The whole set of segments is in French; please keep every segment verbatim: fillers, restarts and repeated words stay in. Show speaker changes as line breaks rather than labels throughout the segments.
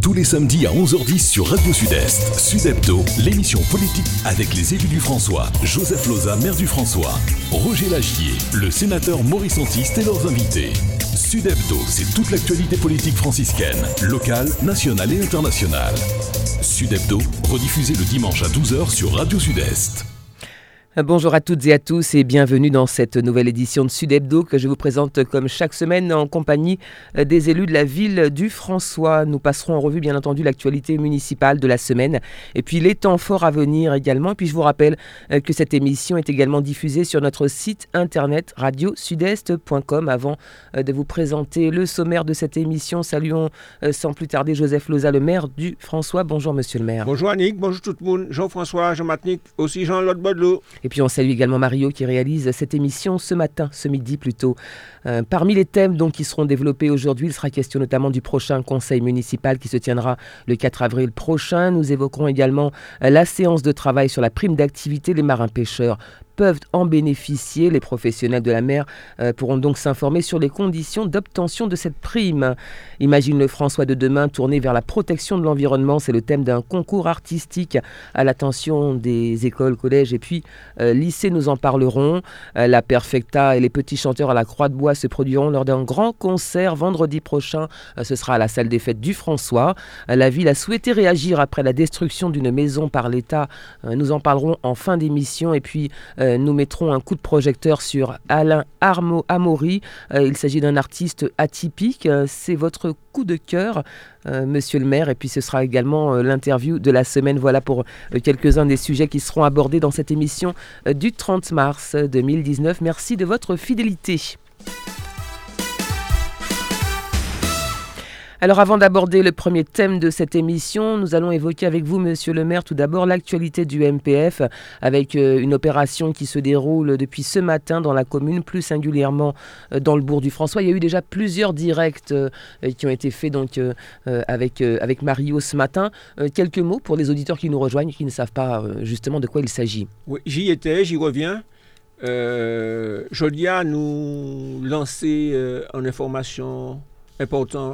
Tous les samedis à onze heures dix sur Radio Sud-Est. Sud Hebdo, l'émission politique avec les élus du François. Joseph Loza, maire du François. Roger Lagier, le sénateur Maurice Antiste et leurs invités. Sud Hebdo, c'est toute l'actualité politique franciscaine, locale, nationale et internationale. Sud Hebdo, rediffusé le dimanche à douze heures sur Radio Sud-Est.
Bonjour à toutes et à tous et bienvenue dans cette nouvelle édition de Sud Hebdo que je vous présente comme chaque semaine en compagnie des élus de la ville du François. Nous passerons en revue bien entendu l'actualité municipale de la semaine et puis les temps forts à venir également. Et puis je vous rappelle que cette émission est également diffusée sur notre site internet radio sud est point com. Avant de vous présenter le sommaire de cette émission, saluons sans plus tarder Joseph Loza, le maire du François. Bonjour monsieur le maire.
Bonjour Annick, bonjour tout le monde, Jean-François, Jean-Matnick, aussi Jean-Claude Baudelot.
Et puis on salue également Mario qui réalise cette émission ce matin, ce midi plutôt. Euh, parmi les thèmes donc, qui seront développés aujourd'hui, il sera question notamment du prochain conseil municipal qui se tiendra le quatre avril prochain. Nous évoquerons également euh, la séance de travail sur la prime d'activité. Les marins-pêcheurs peuvent en bénéficier. Les professionnels de la mer euh, pourront donc s'informer sur les conditions d'obtention de cette prime. Imagine le François de demain tourné vers la protection de l'environnement. C'est le thème d'un concours artistique à l'attention des écoles, collèges et puis euh, lycées. Nous en parlerons. Euh, la Perfecta et les petits chanteurs à la Croix de Bois se produiront lors d'un grand concert vendredi prochain. Euh, ce sera à la salle des fêtes du François. Euh, la ville a souhaité réagir après la destruction d'une maison par l'État. Euh, nous en parlerons en fin d'émission. Et puis euh, nous mettrons un coup de projecteur sur Alain Armo Amaury. Euh, il s'agit d'un artiste atypique. Euh, c'est votre coup de cœur, euh, monsieur le maire. Et puis ce sera également euh, l'interview de la semaine. Voilà pour euh, quelques-uns des sujets qui seront abordés dans cette émission euh, du trente mars deux mille dix-neuf. Merci de votre fidélité. Alors avant d'aborder le premier thème de cette émission, nous allons évoquer avec vous, monsieur le maire, tout d'abord l'actualité du M P F avec euh, une opération qui se déroule depuis ce matin dans la commune, plus singulièrement euh, dans le bourg du François. Il y a eu déjà plusieurs directs euh, qui ont été faits donc, euh, avec, euh, avec Mario ce matin. Euh, quelques mots pour les auditeurs qui nous rejoignent et qui ne savent pas euh, justement de quoi il s'agit.
Oui, j'y étais, j'y reviens. Euh, Jodia nous lançait euh, une information importante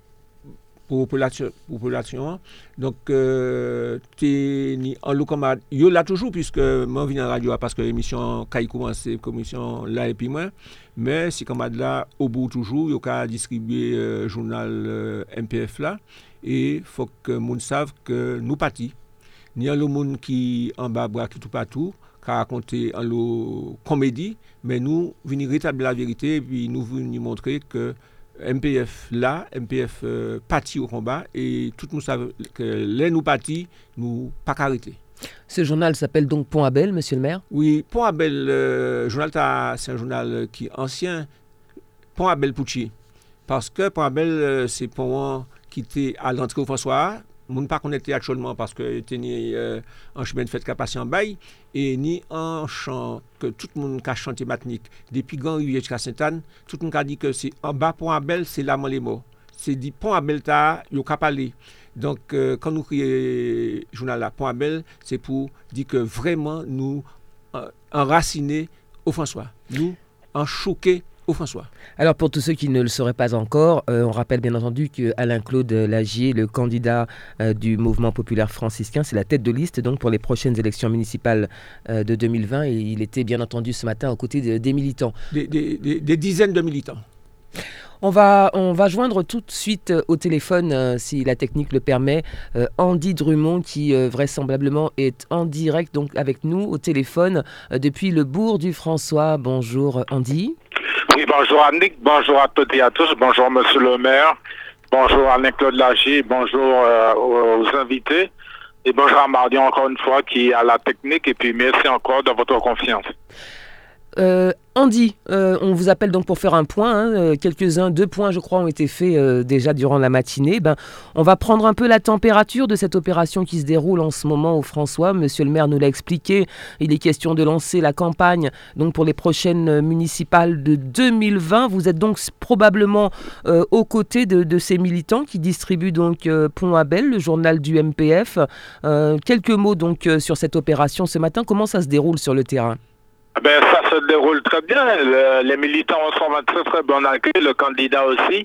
pour la population. Donc, euh, t'es ni en l'eau comme yo là toujours, puisque moi je viens à la radio parce que l'émission a commencé, commission là et puis moi. Mais c'est comme là, au bout toujours, il y a distribuer le euh, journal euh, M P F là. Et il faut que les gens savent que nous partis. Ni en le monde qui en bas, qui tout partout, qui a raconté en l'eau comédie, mais nous venons rétablir la vérité et puis nous venons montrer que M P F là, M P F euh, parti au combat et tout le monde sait que les nous partis, nous pas arrêter.
Ce journal s'appelle donc Pont Abel, monsieur le maire?
Oui, Pont Abel, euh, journal c'est un journal qui est ancien, Pont Abel Pouchy. Parce que Pont Abel, euh, c'est Pont qui était à l'entrée au François. Je ne pas connecté actuellement parce que était ni euh, en chemin de fête capacité en bail et ni en chant que tout le monde a chanté matinique depuis Grand Rivière jusqu'à Sainte-Anne. Tout le monde a dit que c'est en bas Pont Abel, c'est là les mots. C'est dit Pont Abel ta yo capalé. Donc euh, quand nous crions journal là Pont Abel, c'est pour dire que vraiment nous euh, enracinés au François. Nous en choqués au François.
Alors pour tous ceux qui ne le sauraient pas encore, euh, on rappelle bien entendu que Alain-Claude Lagier, le candidat euh, du mouvement populaire franciscain, c'est la tête de liste donc pour les prochaines élections municipales euh, de deux mille vingt et il était bien entendu ce matin aux côtés de, des militants.
Des, des, des, des dizaines de militants.
On va, on va joindre tout de suite au téléphone, euh, si la technique le permet, euh, Andy Drummond qui euh, vraisemblablement est en direct donc avec nous au téléphone euh, depuis le bourg du François. Bonjour Andy.
Oui, bonjour Annick, bonjour à toutes et à tous, bonjour monsieur le maire, bonjour Alain-Claude Lagier, bonjour euh, aux invités et bonjour à Mardi encore une fois qui est à la technique et puis merci encore de votre confiance.
Euh, Andy, euh, on vous appelle donc pour faire un point. Hein, euh, quelques-uns, deux points, je crois, ont été faits euh, déjà durant la matinée. Ben, on va prendre un peu la température de cette opération qui se déroule en ce moment au François. Monsieur le maire nous l'a expliqué. Il est question de lancer la campagne donc pour les prochaines municipales de deux mille vingt. Vous êtes donc probablement euh, aux côtés de, de ces militants qui distribuent donc euh, Pont Abel, le journal du M P F. Euh, quelques mots donc euh, sur cette opération ce matin. Comment ça se déroule sur le terrain?
Ben, ça se déroule très bien. Le, les militants sont un très très bon accueil, le candidat aussi.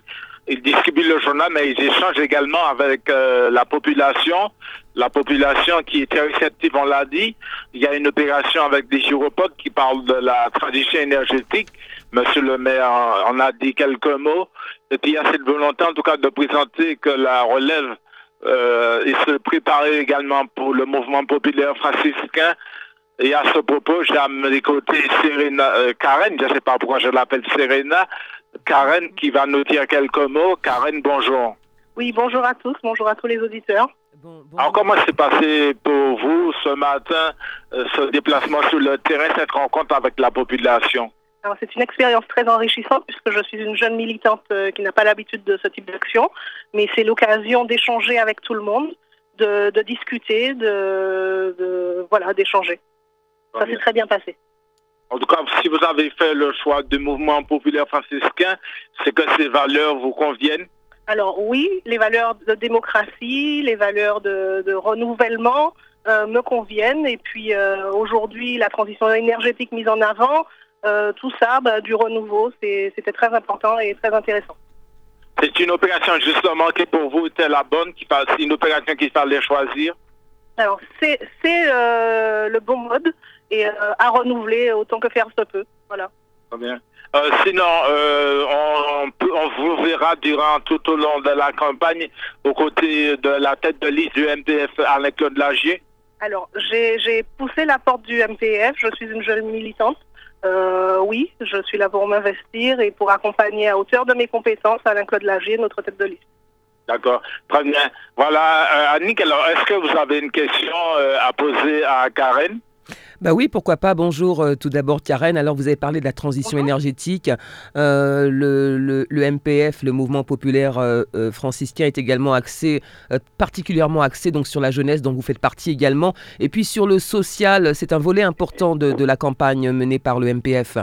ils distribuent le journal, mais ils échangent également avec euh, la population. La population qui est très réceptive, on l'a dit. Il y a une opération avec des gyropodes qui parlent de la transition énergétique. Monsieur le maire en a dit quelques mots. Et puis il y a cette volonté, en tout cas, de présenter que la relève euh, et se préparer également pour le mouvement populaire franciscain. Et à ce propos, j'ai à mes côtés Serena, euh, Karen, je ne sais pas pourquoi je l'appelle Serena, Karen qui va nous dire quelques mots. Karen, bonjour.
Oui, bonjour à tous, bonjour à tous les auditeurs.
Bon, bon,
Alors comment s'est passé pour vous ce matin, euh, ce déplacement sur le terrain, cette rencontre avec la population?
Alors, c'est une expérience très enrichissante puisque je suis une jeune militante euh, qui n'a pas l'habitude de ce type d'action, mais c'est l'occasion d'échanger avec tout le monde, de, de discuter, de, de voilà, d'échanger. Ça s'est très bien passé.
En tout cas, si vous avez fait le choix du mouvement populaire franciscain, c'est que ces valeurs vous conviennent?
Alors oui, les valeurs de démocratie, les valeurs de, de renouvellement euh, me conviennent. Et puis euh, aujourd'hui, la transition énergétique mise en avant, euh, tout ça, bah, du renouveau, c'est, c'était très important et très intéressant.
C'est une opération justement qui pour vous était la bonne, qui c'est une opération qu'il fallait choisir?
Alors c'est, c'est euh, le bon mode et euh, à renouveler autant que faire se peut. Voilà.
Très bien. Euh, sinon, euh, on, on, peut, on vous verra durant tout au long de la campagne aux côtés de la tête de liste du M P F, Alain-Claude Lagier.
Alors, j'ai, j'ai poussé la porte du M P F, je suis une jeune militante. Euh, oui, je suis là pour m'investir et pour accompagner à hauteur de mes compétences Alain-Claude Lagier, notre tête de liste.
D'accord, très bien. Voilà, euh, Annick, alors est-ce que vous avez une question euh, à poser à Karen?
Bah oui, pourquoi pas. Bonjour euh, tout d'abord Karen. Alors vous avez parlé de la transition Bonjour. énergétique. Euh, le, le, le M P F, le mouvement populaire euh, euh, franciscain, est également axé, euh, particulièrement axé donc, sur la jeunesse dont vous faites partie également. Et puis sur le social, c'est un volet important de, de la campagne menée par le M P F.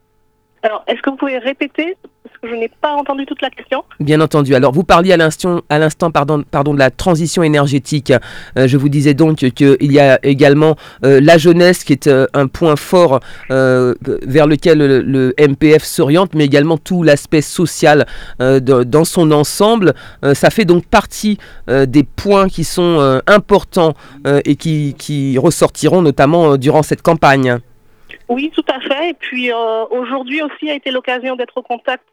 Alors, est-ce que vous pouvez répéter? Parce que je n'ai pas entendu toute la question.
Bien entendu. Alors, vous parliez à l'instant, à l'instant pardon, pardon, de la transition énergétique. Euh, je vous disais donc qu'il y a également euh, la jeunesse qui est euh, un point fort euh, vers lequel le, le M P F s'oriente, mais également tout l'aspect social euh, de, dans son ensemble. Euh, ça fait donc partie euh, des points qui sont euh, importants euh, et qui, qui ressortiront notamment euh, durant cette campagne.
Oui, tout à fait. Et puis euh, aujourd'hui aussi a été l'occasion d'être au contact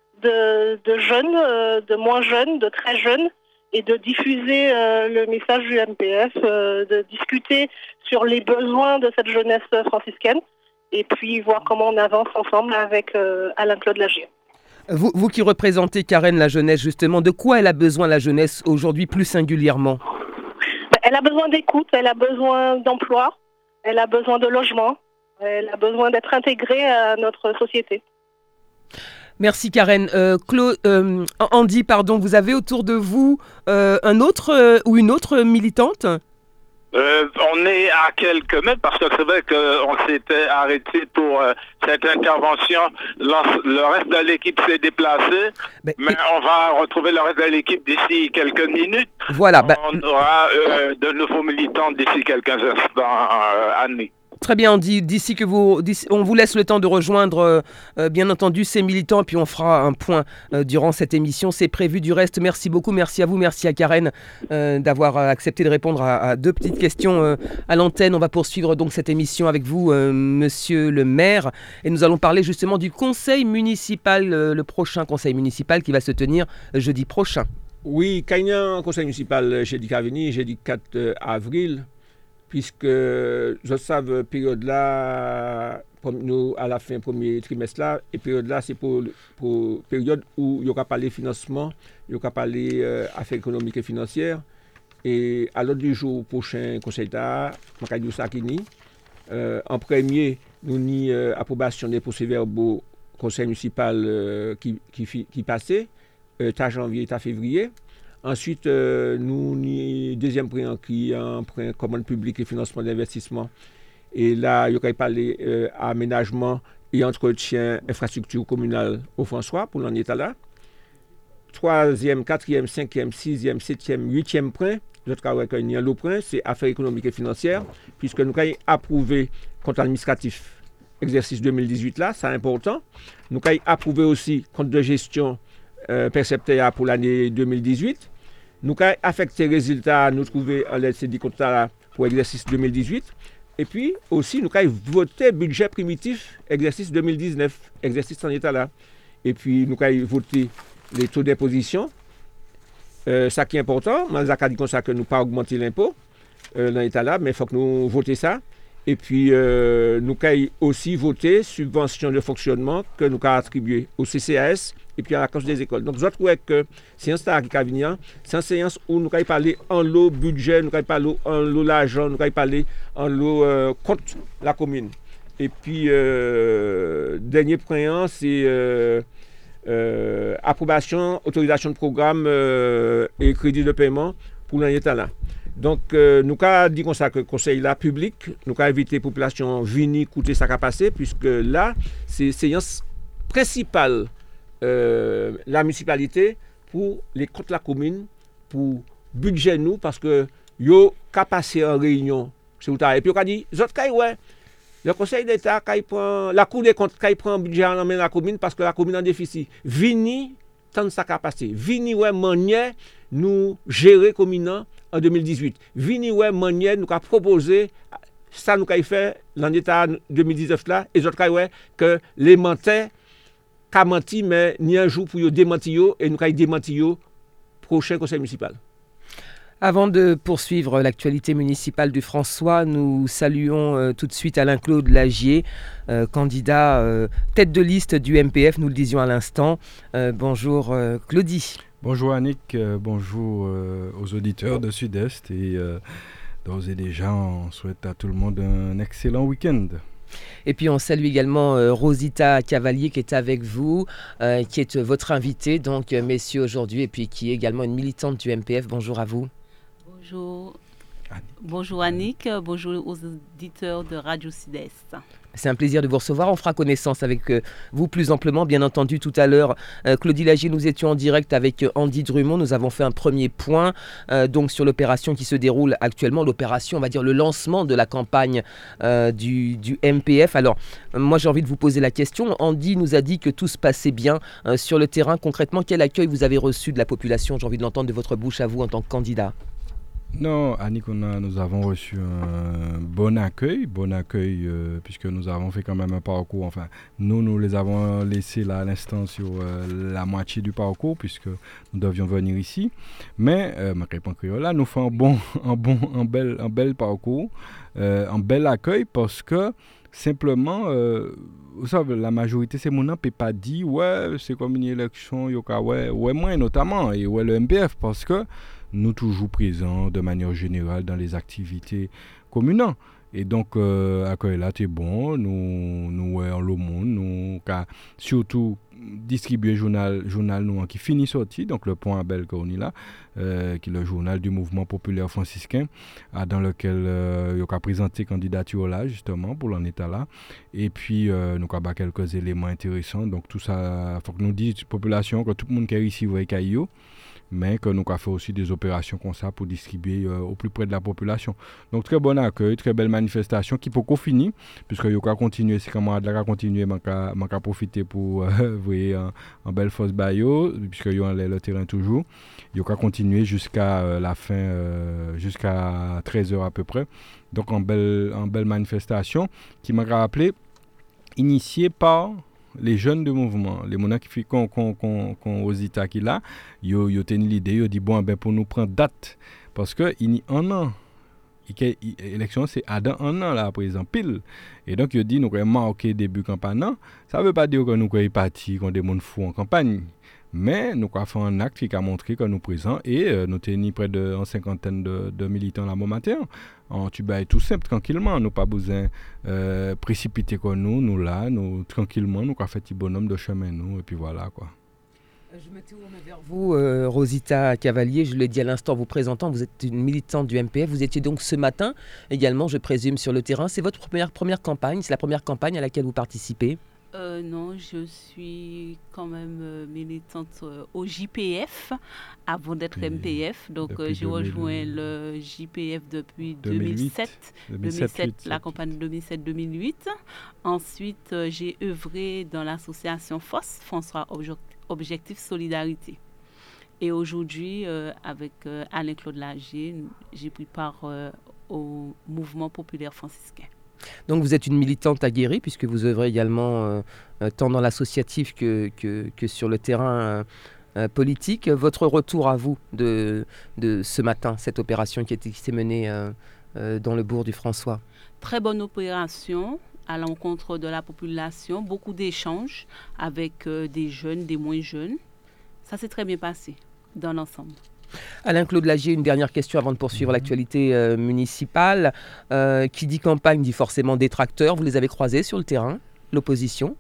de, de jeunes, euh, de moins jeunes, de très jeunes, et de diffuser euh, le message du M P F, euh, de discuter sur les besoins de cette jeunesse franciscaine, et puis voir comment on avance ensemble avec euh, Alain-Claude Lagier.
Vous, vous qui représentez, Karen, la jeunesse, justement, de quoi elle a besoin, la jeunesse, aujourd'hui, plus singulièrement?
Elle a besoin d'écoute, elle a besoin d'emploi, elle a besoin de logement. Elle a besoin d'être intégrée à notre société.
Merci Karen. Euh, Claude, euh, Andy, pardon, vous avez autour de vous euh, un autre euh, ou une autre militante?
Euh, on est à quelques mètres parce que c'est vrai qu'on s'était arrêté pour euh, cette intervention. Le reste de l'équipe s'est déplacé, bah, mais et... on va retrouver le reste de l'équipe d'ici quelques minutes.
Voilà. Bah...
On aura euh, de nouveaux militants d'ici quelques instants, euh, Annie.
Très bien, on dit d'ici que vous, d'ici, on vous laisse le temps de rejoindre, euh, bien entendu, ces militants, puis on fera un point euh, durant cette émission. C'est prévu du reste. Merci beaucoup, merci à vous, merci à Karen euh, d'avoir accepté de répondre à, à deux petites questions euh, à l'antenne. On va poursuivre donc cette émission avec vous, euh, Monsieur le maire, et nous allons parler justement du conseil municipal, euh, le prochain conseil municipal qui va se tenir euh, jeudi prochain.
Oui, il y a un conseil municipal jeudi qui venu, jeudi quatre avril. Puisque je sais période là, nous à la fin premier trimestre là, et période là c'est pour pour période où il y aura parlé financement, il y aura parlé euh, affaires économiques et financières. Et à l'ordre du jour prochain conseil d'État, Makadou Sakini, euh, en premier nous ni euh, approbation des procès-verbaux conseil municipal euh, qui qui qui passait, euh, ta janvier, ta février. Ensuite, euh, nous, avons deuxième prêt qui est un prêt commande publique et financement d'investissement. Et là, il y a parlé euh, aménagement et entretien infrastructure communale au François pour l'en état là. Troisième, quatrième, cinquième, sixième, septième, huitième prêt, notre cas recueilli le prêt, c'est affaires économiques et financières, puisque nous avons approuvé compte administratif exercice deux mille dix-huit là, c'est important. Nous avons approuvé aussi compte de gestion euh, percepté pour l'année deux mille dix-huit. Nous avons affecté les résultats, nous trouvons en l'aide C D compta pour l'exercice deux mille dix-huit. Et puis aussi, nous avons voté budget primitif exercice deux mille dix-neuf, exercice en état là. Et puis nous avons voté les taux d'imposition. Euh, ça qui est important, mais ça dit comme ça que nous pas augmenter l'impôt euh, dans l'état là, mais il faut que nous votions ça. Et puis, euh, nous avons aussi voté subvention de fonctionnement que nous avons attribué au C C A S et puis à la Council des écoles. Donc, je trouve que c'est un star qui a venir, c'est une séance où nous avons parlé en lot budget, nous avons parlé en lot l'argent, nous avons parlé en lot euh, compte la commune. Et puis, euh, dernier point, c'est euh, euh, approbation, autorisation de programme euh, et crédit de paiement pour l'année là. Donc, euh, nous avons dit comme ça que le conseil là, public, nous avons invité la population à venir écouter ça qui a passé, puisque là, c'est séance principale euh, la municipalité pour les comptes de la commune, pour budget nous, parce que yo ka passé en réunion, c'est où et puis on a dit, ouais, le conseil d'État, prend, la cour des comptes, quand il prend un budget en la commune, parce que la commune est en déficit, vini, tant de ça qui a passé, vini, ouais, manière, nous gérer commune en deux mille dix-huit. Vini ouais manière nous a proposé ça nous a fait l'année deux mille dix-neuf là et autres ouais que les menteurs qu'a menti mais ni un jour pour yo démentir yo et nous a démentir yo prochain conseil municipal.
Avant de poursuivre l'actualité municipale du François, nous saluons euh, tout de suite Alain-Claude Lagier, euh, candidat euh, tête de liste du M P F, nous le disions à l'instant. Euh, bonjour euh, Claudie.
Bonjour Annick, euh, bonjour euh, aux auditeurs de Sud-Est et euh, d'ores et déjà on souhaite à tout le monde un excellent week-end.
Et puis on salue également euh, Rosita Cavalier qui est avec vous, euh, qui est votre invitée, donc euh, messieurs aujourd'hui, et puis qui est également une militante du M P F. Bonjour à vous.
Bonjour. Bonjour Annick, bonjour aux auditeurs de Radio Sud-Est.
C'est un plaisir de vous recevoir. On fera connaissance avec euh, vous plus amplement. Bien entendu, tout à l'heure, euh, Claudie Lagier, nous étions en direct avec euh, Andy Drummond. Nous avons fait un premier point euh, donc sur l'opération qui se déroule actuellement. L'opération, on va dire le lancement de la campagne euh, du, du M P F. Alors, euh, moi, j'ai envie de vous poser la question. Andy nous a dit que tout se passait bien euh, sur le terrain. Concrètement, quel accueil vous avez reçu de la population? J'ai envie de l'entendre de votre bouche à vous en tant que candidat.
Non, Annick, on a, nous avons reçu un bon accueil, bon accueil euh, puisque nous avons fait quand même un parcours, enfin, nous, nous les avons laissés là à l'instant sur euh, la moitié du parcours puisque nous devions venir ici, mais, euh, ma réponse créole, nous faisons un bon, un bon, un bel, un bel parcours, euh, un bel accueil parce que simplement, euh, vous savez, la majorité, c'est mon ne peut pas dire, ouais, c'est comme une élection, yoka, ouais, ouais, moi notamment, et ouais, le M P F, parce que nous toujours présents de manière générale dans les activités communales. Et donc, euh, accueil là, c'est bon, nous, nous, ouais, le monde, nous, car surtout, distribuer journal journal nous qui finit sorti donc le point Abel qu'on est là euh, qui est le journal du mouvement populaire franciscain euh, dans lequel euh, il a présenté candidature là justement pour l'en état là et puis euh, nous avons quelques éléments intéressants donc tout ça faut que nous disions population que tout le monde qui est ici voit caillou mais que nous avons fait aussi des opérations comme ça pour distribuer euh, au plus près de la population. Donc très bon accueil, très belle manifestation qui peut continuer, puisque nous avons continué, ces camarades là continuer, nous avons profité pour euh, voyez, en, en belle fosse baillot, puisque nous avons le terrain toujours. Nous avons continué jusqu'à euh, la fin, euh, jusqu'à treize heures à peu près. Donc en belle, en belle manifestation qui m'a rappelé, initiée par les jeunes de mouvement, les monarques qui font qu'on qu'on qu'on aux États qui là, yo yo tenu l'idée, yo dit bon ben pour nous prendre date parce que il y a un an, l'élection c'est à dans un an là à présent pile et donc yo dit nous avons marqué début campagne, ça veut pas dire que nous sommes partis qu'on des monde fou en campagne. Mais nous avons fait un acte qui a montré que nous présents et euh, nous tenons près de une cinquantaine de, de militants là, bon matin. En Tuba est tout simple, tranquillement. Nous pas besoin euh, précipiter comme nous, nous là, nous tranquillement, nous avons fait petit bonhomme de chemin, nous, et puis voilà quoi.
Je me tourne vers vous, euh, Rosita Cavalier. Je l'ai dit à l'instant, vous présentant, vous êtes une militante du M P F. Vous étiez donc ce matin également, je présume, sur le terrain. C'est votre première, première campagne, c'est la première campagne à laquelle vous participez?
Euh, non, je suis quand même euh, militante euh, au J P F avant d'être M P F. Donc euh, j'ai rejoint le J P F depuis deux mille sept, deux mille sept la campagne deux mille sept deux mille huit. Ensuite, euh, j'ai œuvré dans l'association F O S, François Objectif, objectif solidarité. Et aujourd'hui, euh, avec euh, Alain-Claude Lagier, j'ai pris part euh, au mouvement populaire franciscain.
Donc vous êtes une militante aguerrie puisque vous œuvrez également euh, tant dans l'associatif que, que, que sur le terrain euh, euh, politique. Votre retour à vous de, de ce matin, cette opération qui, était, qui s'est menée euh, euh, dans le bourg du François?
Très bonne opération à l'encontre de la population, beaucoup d'échanges avec euh, des jeunes, des moins jeunes. Ça s'est très bien passé dans l'ensemble.
Alain-Claude Lagier, une dernière question avant de poursuivre mmh. l'actualité euh, municipale. Euh, qui dit campagne dit forcément détracteurs. Vous les avez croisés sur le terrain, l'opposition?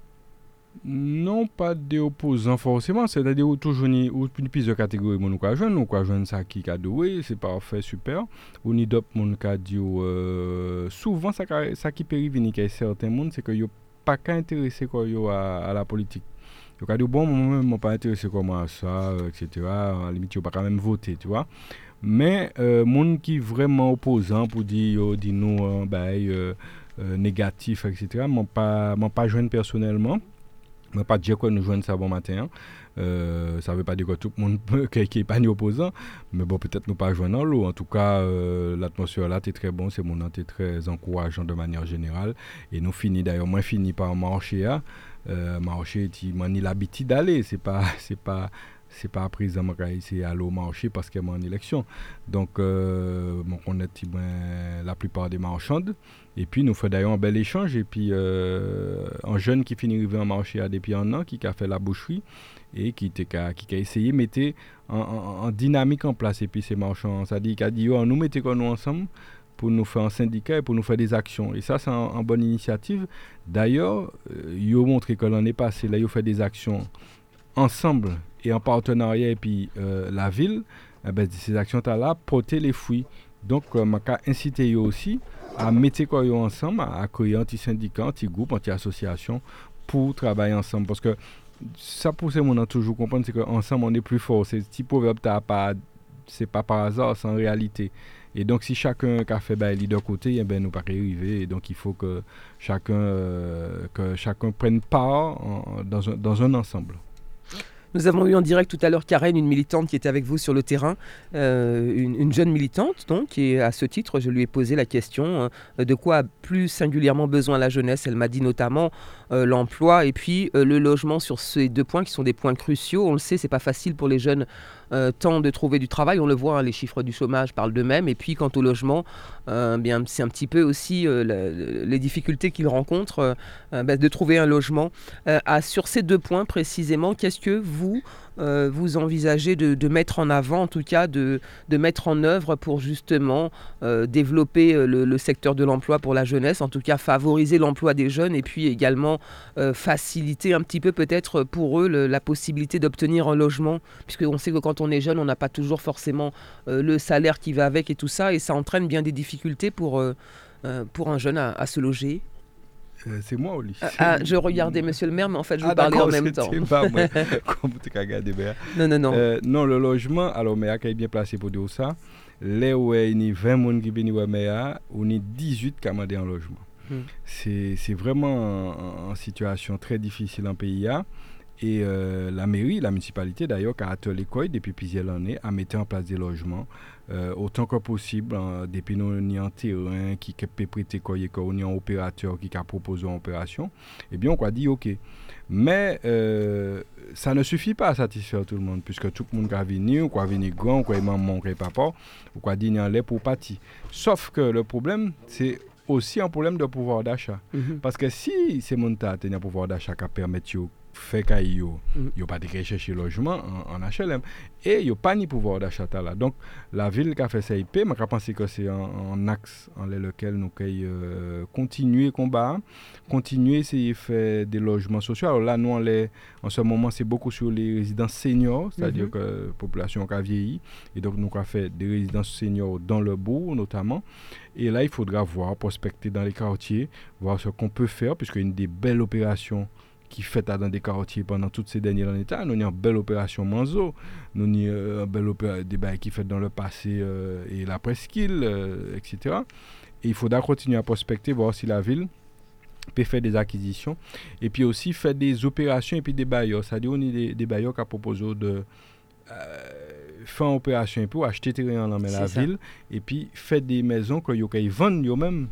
Non, pas des opposants forcément. C'est-à-dire que toujours une, une piste de catégorie, nous avons joué, nous avons joué ça qui a doué, c'est parfait, super. On y d'autres monde qui a dit euh, souvent ça, ça qui peut arriver avec certains monde, c'est que yo pas qu'à intéressé quoi yo à, à la politique. Donc, à dire, bon, moi, je ne suis pas intéressé comment à ça, euh, et cetera. À la limite, je ne pas quand même voter, tu vois. Mais, les euh, gens qui sont vraiment opposants pour dire, oh, dis nous, euh, bah, euh, euh, négatif, et cetera, je ne pas, pas joindre personnellement. Je ne pas dire que nous joignons ça bon matin. Euh, ça ne veut pas dire que tout le monde qui n'est pas ni opposant. Mais bon, peut-être nous pas joindre dans l'eau. En tout cas, euh, l'atmosphère là, est très bon. C'est mon est très encourageant de manière générale. Et nous finissons d'ailleurs, moi, fini par marcher. Hein. Euh, marché qui m'a ni l'habitude d'aller, c'est pas c'est pas c'est pas présent c'est aller au marché parce qu'il y a en élection. Donc euh, bon, on est ben, la plupart des marchandes et puis nous faisons d'ailleurs un bel échange et puis euh, un jeune qui finit arriver en marché à depuis un an qui a fait la boucherie et qui qui a, qui a essayé de mettre en, en, en dynamique en place et puis ces marchands ça dit qu'a dit oh, nous mettez nous ensemble pour nous faire un syndicat et pour nous faire des actions. Et ça, c'est une bonne initiative. D'ailleurs, ils euh, ont montré que l'année passée, là, ils ont fait des actions ensemble et en partenariat et puis euh, la ville. Eh ben, ces actions-là portent les fruits. Donc, je euh, vais inciter eux aussi à mettre quoi ensemble, à créer un petit syndicat, un petit groupe, un petit association pour travailler ensemble. Parce que ça, pour ces gens, on a toujours comprendre, c'est qu'ensemble, on est plus fort. C'est petit proverbe, c'est pas par hasard, c'est en réalité. Et donc, si chacun a fait bah, de côté, eh ben, nous ne pouvons pas arriver. Et donc, il faut que chacun, euh, que chacun prenne part en, dans, un, dans un ensemble.
Nous avons eu en direct tout à l'heure Karen, une militante qui était avec vous sur le terrain, euh, une, une jeune militante donc, et à ce titre, je lui ai posé la question euh, de quoi a plus singulièrement besoin la jeunesse. Elle m'a dit notamment euh, l'emploi et puis euh, le logement sur ces deux points qui sont des points cruciaux. On le sait, c'est pas facile pour les jeunes euh, tant de trouver du travail, on le voit, hein, les chiffres du chômage parlent d'eux-mêmes. Et puis quant au logement, euh, bien, c'est un petit peu aussi euh, la, les difficultés qu'ils rencontrent euh, bah, de trouver un logement. Euh, à, sur ces deux points précisément, qu'est-ce que vous Vous, euh, vous envisagez de, de mettre en avant, en tout cas de, de mettre en œuvre pour justement euh, développer le, le secteur de l'emploi pour la jeunesse, en tout cas favoriser l'emploi des jeunes et puis également euh, faciliter un petit peu peut-être pour eux le, la possibilité d'obtenir un logement, puisqu'on sait que quand on est jeune, on n'a pas toujours forcément euh, le salaire qui va avec et tout ça, et ça entraîne bien des difficultés pour, euh, euh, pour un jeune à, à se loger.
Euh, c'est moi, Oli.
Ah, ah, je regardais Monsieur le maire, mais en fait, je vous ah, parlais en même temps.
Pas moi. Comme tu as regardé,
non, non, non.
Euh, non, le logement, alors, mais qui est bien placé pour dire ça. Là où il y a vingt personnes qui viennent au maire, on est dix-huit qui ont demandé un logement. Hmm. C'est, c'est vraiment une situation très difficile en pays. Et euh, la mairie, la municipalité d'ailleurs, qui a attelé l'école depuis plusieurs années à mettre en place des logements euh, autant que possible, hein, depuis nous avons un terrain qui peut prêter quoi, on a un opérateur qui a proposé une opération, et bien on a dit ok. Mais euh, ça ne suffit pas à satisfaire tout le monde, puisque tout le monde va venir, on va venir grand, on va maman, on va papa, on va dire qu'il pour partir. Sauf que le problème, c'est aussi un problème de pouvoir d'achat. Mm-hmm. Parce que si ces gens ont un pouvoir d'achat qui permet de faire qu'il n'y a pas de chercher logement en, en H L M et il n'y a pas ni pouvoir d'achat là. Donc la ville qui a fait ça I P, je pense que c'est un, un axe en lequel nous pouvons euh, continuer le combat, continuer à essayer de faire des logements sociaux. Alors là, nous, on les, en ce moment, c'est beaucoup sur les résidences seniors, c'est-à-dire mm-hmm. que la population a vieilli, et donc nous avons fait des résidences seniors dans le bourg notamment. Et là, il faudra voir, prospecter dans les quartiers, voir ce qu'on peut faire, puisqu'il y a une des belles opérations qui fait dans des quartiers pendant toutes ces dernières années. Nous avons une belle opération Manzo, nous avons euh, une belle opération débat qui fait dans le passé euh, et la presqu'île, euh, et cetera. Et il faudra continuer à prospecter, voir si la ville peut faire des acquisitions et puis aussi faire des opérations et puis des bailleurs. C'est-à-dire on a des, des bailleurs qui proposent de euh, faire une opération pour acheter terrain dans la
ça.
ville et puis faire des maisons que ils vendent eux-mêmes.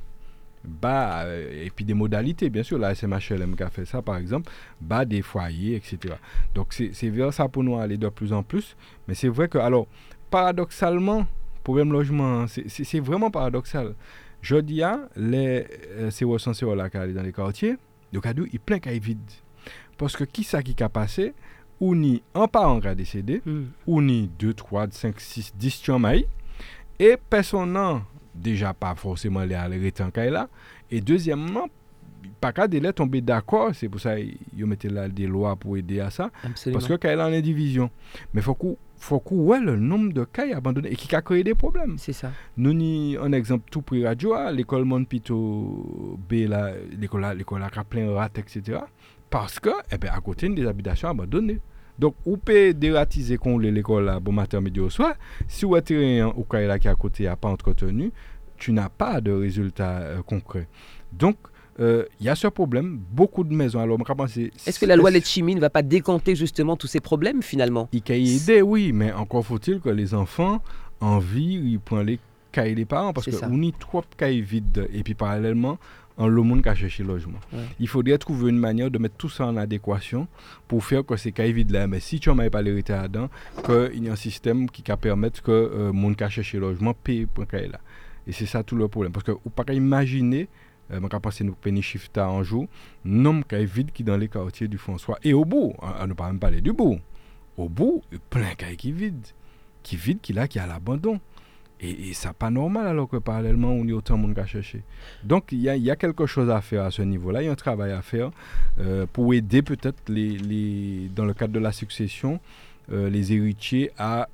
Bah, euh, et puis des modalités, bien sûr, la S M H L M qui a fait ça par exemple, bah, des foyers, et cetera. Donc c'est, c'est vers ça pour nous aller de plus en plus. Mais c'est vrai que, alors, paradoxalement, problème logement, c'est, c'est, c'est vraiment paradoxal. Je dis, les euh, c'est recensé là qui dans les quartiers, le cadeau, il plein qu'il vide. Parce que qui ça qui a passé, ou ni un parent qui a décédé, mm. ou ni deux, trois, cinq, six, dix chamailles, et personne n'a déjà pas forcément les arrêter en cas là, et deuxièmement, pas qu'à délai tomber d'accord, c'est pour ça qu'ils mettent là des lois pour aider à ça. Absolument. Parce que quand il y a une indivision, mais il faut qu'on faut qu'on voit le nombre de cas abandonnés et qui a créé des problèmes.
C'est ça.
Nous avons un exemple tout près radio, l'école Montpito B, là, l'école l'école a plein de rats, et cetera. Parce que, eh ben, à côté des habitations abandonnées. Donc, on peut dératiser qu'on l'école là, bon matin, midi au soir. Si le terrain au cas là qui est à côté n'a pas entretenu, tu n'as pas de résultat euh, concret. Donc, il euh, y a ce problème, beaucoup de maisons. Alors, on penser,
est-ce que la loi Letchimy ne va pas décanter justement tous ces problèmes finalement?
Il peut aider, oui, mais encore faut-il que les enfants en vie, ils prennent les cahiers des parents parce qu'on a trop de cahiers vides et puis parallèlement, en le monde qui a cherché logement. Ouais. Il faudrait trouver une manière de mettre tout ça en adéquation pour faire que ces cahiers vides là, mais si tu n'as pas l'hérité là-dedans, qu'il y a un système qui va permettre que le euh, monde qui a cherché logement paye pour un cahier là. Et c'est ça tout le problème. Parce que vous ne pouvez pas imaginer, euh, je pense que nous pouvons chiffrer un jour, nombre de vides qui dans les quartiers du François. Et au bout, on ne peut même pas parler du bout. Au bout, il y a plein de cahiers qui vident. Qui vident, qui là, qui à l'abandon. Et, et ça n'est pas normal alors que parallèlement, on y a autant de monde qui a cherché. Donc, il y, y a quelque chose à faire à ce niveau-là. Il y a un travail à faire euh, pour aider peut-être, les, les, dans le cadre de la succession, euh, les héritiers à...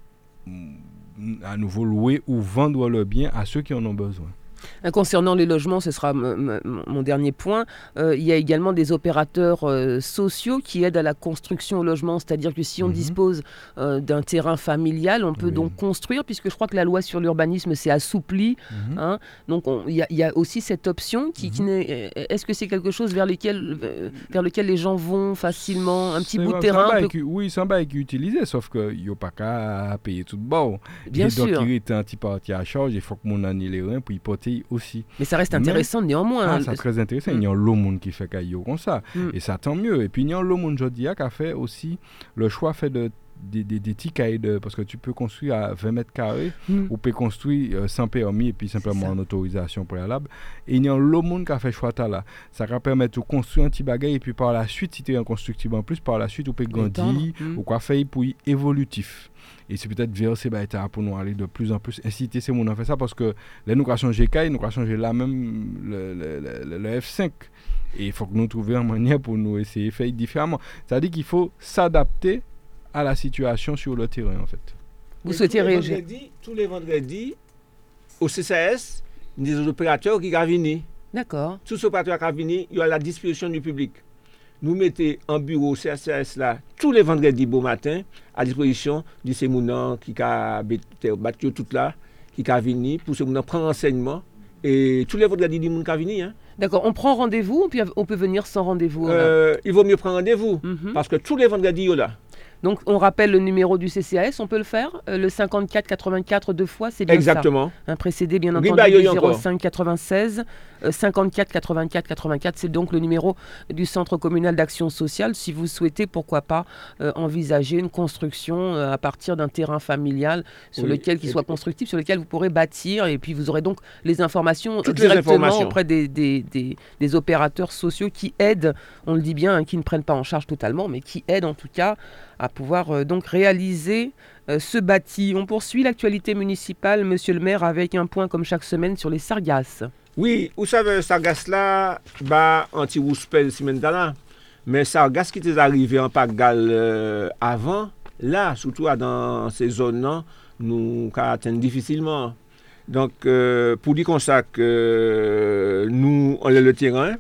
à nouveau louer ou vendre le bien à ceux qui en ont besoin.
Concernant les logements, ce sera m- m- mon dernier point. Euh, il y a également des opérateurs euh, sociaux qui aident à la construction au logement, c'est-à-dire que si on mm-hmm. dispose euh, d'un terrain familial, on peut oui. donc construire, puisque je crois que la loi sur l'urbanisme s'est assouplie. Mm-hmm. Hein, donc il y, y a aussi cette option. Qui, mm-hmm. qui n'est, est-ce que c'est quelque chose vers lequel, euh, vers lequel les gens vont facilement, un petit
c'est
bout de terrain
peut...
qui,
Oui, c'est un bail qui est utilisé, sauf qu'il n'y a pas qu'à payer tout de bon.
Bien
et
sûr.
Donc il est un petit parti à charge, il faut que mon année les reins pour y porter aussi.
Mais ça reste intéressant mais, néanmoins.
Ah, c'est très intéressant. Mm. Il y a le monde qui fait caillou comme ça. Mm. Et ça tant mieux. Et puis il y a le monde aujourd'hui qui a fait aussi le choix fait de des, des, des petits cahiers de, parce que tu peux construire à vingt mètres carrés mm. ou peut construire euh, sans permis et puis simplement en autorisation préalable. Et il y a le monde qui a fait choix là. Ça va permettre de construire un petit bagage et puis par la suite, si tu es inconstructible en plus, par la suite, tu peux grandir mm. ou quoi faire pour y évolutif. Et c'est peut-être vers ces bâtiments pour nous aller de plus en plus inciter ces gens à faire ça parce que les nous avons changé G K, nous avons changé là même le, le, le, le F cinq. Et il faut que nous trouvions une manière pour nous essayer de faire différemment. C'est-à-dire qu'il faut s'adapter à la situation sur le terrain en fait.
Vous souhaitez réagir?
Tous les vendredis, au C C S, il y a des opérateurs qui viennent venir.
D'accord.
Tous les opérateurs qui viennent venir, il y a la disposition du public. Nous mettons en bureau C C S là tous les vendredis beau matin à disposition de ces mounans qui a battu tout là, qui a venu pour ces mounans prendre renseignement et tous les vendredis des mounans qui venir. Hein.
D'accord, on prend rendez-vous ou puis on peut venir sans rendez-vous?
euh, Il vaut mieux prendre rendez-vous mm-hmm. parce que tous les vendredis il y a là.
Donc, on rappelle le numéro du C C A S, on peut le faire, euh, le cinquante-quatre quatre-vingt-quatre deux fois, c'est bien
exactement.
Ça. Exactement. Précédé, bien entendu, du zéro cinq quatre-vingt-seize euh, cinquante-quatre quatre-vingt-quatre quatre-vingt-quatre. C'est donc le numéro du Centre communal d'action sociale. Si vous souhaitez, pourquoi pas, euh, envisager une construction euh, à partir d'un terrain familial sur oui. lequel, qui soit constructible, sur lequel vous pourrez bâtir. Et puis, vous aurez donc les informations
Toutes
directement
les informations.
auprès des, des, des, des opérateurs sociaux qui aident, on le dit bien, hein, qui ne prennent pas en charge totalement, mais qui aident en tout cas à pouvoir euh, donc réaliser euh, ce bâti. On poursuit l'actualité municipale, monsieur le maire, avec un point comme chaque semaine sur les sargasses.
Oui, vous savez, sargasses là, bah, anti-rouspel, semaine là, mais sargasses qui étaient arrivés en Pagal euh, avant, là, surtout dans ces zones-là, nous atteignons difficilement. Donc, euh, pour dire comme ça que euh, nous, on est le terrain,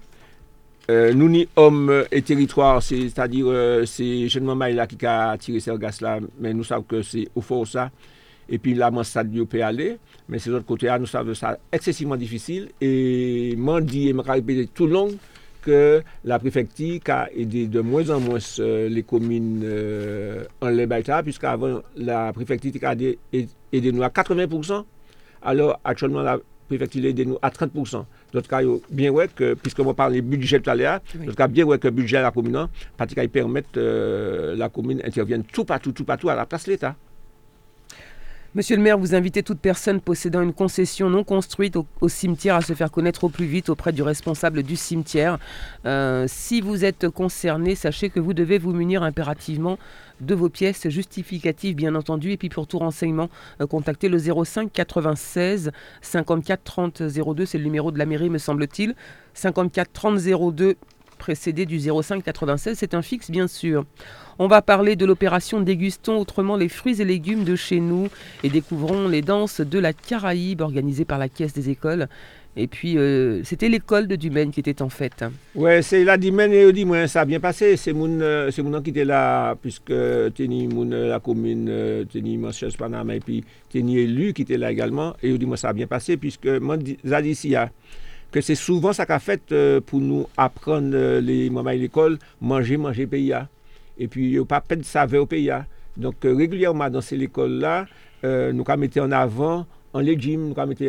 Euh, nous ni hommes et territoire, c'est, c'est-à-dire euh, c'est jeune maman là qui a tiré ces gaz là, mais nous savons que c'est au fort ça. Et puis là, mon stade peut aller, mais c'est de l'autre côté là, nous savons que ça excessivement difficile. Et Mandi et Maraïbé tout le long, que la préfecture a aidé de moins en moins euh, les communes euh, en l'Ebaïta, puisqu'avant, la préfecture a aidé nous à quatre-vingts pour cent, alors actuellement, la préfecture a aidé nous à trente pour cent. Donc, bien ouais que, puisque on parle des budgets tout à l'heure, oui. Donc, bien ouais que le budget de la commune, parce qu'il permet euh, la commune intervienne tout partout, tout partout à la place de l'État.
Monsieur le maire, vous invitez toute personne possédant une concession non construite au, au cimetière à se faire connaître au plus vite auprès du responsable du cimetière. Euh, si vous êtes concerné, sachez que vous devez vous munir impérativement de vos pièces justificatives, bien entendu. Et puis pour tout renseignement, euh, contactez le zéro cinq quatre-vingt-seize cinquante-quatre trente zéro deux. C'est le numéro de la mairie, me semble-t-il. cinquante-quatre trente zéro deux, précédé du zéro cinq quatre-vingt-seize. C'est un fixe, bien sûr. On va parler de l'opération Dégustons autrement les fruits et légumes de chez nous et découvrons les danses de la Caraïbe organisées par la Caisse des écoles. Et puis, euh, c'était l'école de Dumaine qui était en fête.
Oui, c'est la Dumaine et dit moi ça a bien passé. C'est mon, euh, c'est mon qui était là, puisque teni mon la commune, euh, teni Monsieur Panama et puis teni élu qui était là également. Et dit moi ça a bien passé, puisque moi j'ai dit ici que c'est souvent ça qu'a fait euh, pour nous apprendre euh, les moments à l'école, manger, manger pays. Et puis, il n'y a pas de saveur au pays. Donc, euh, régulièrement, dans ces écoles-là, euh, nous avons mis en avant en légumes, nous avons mis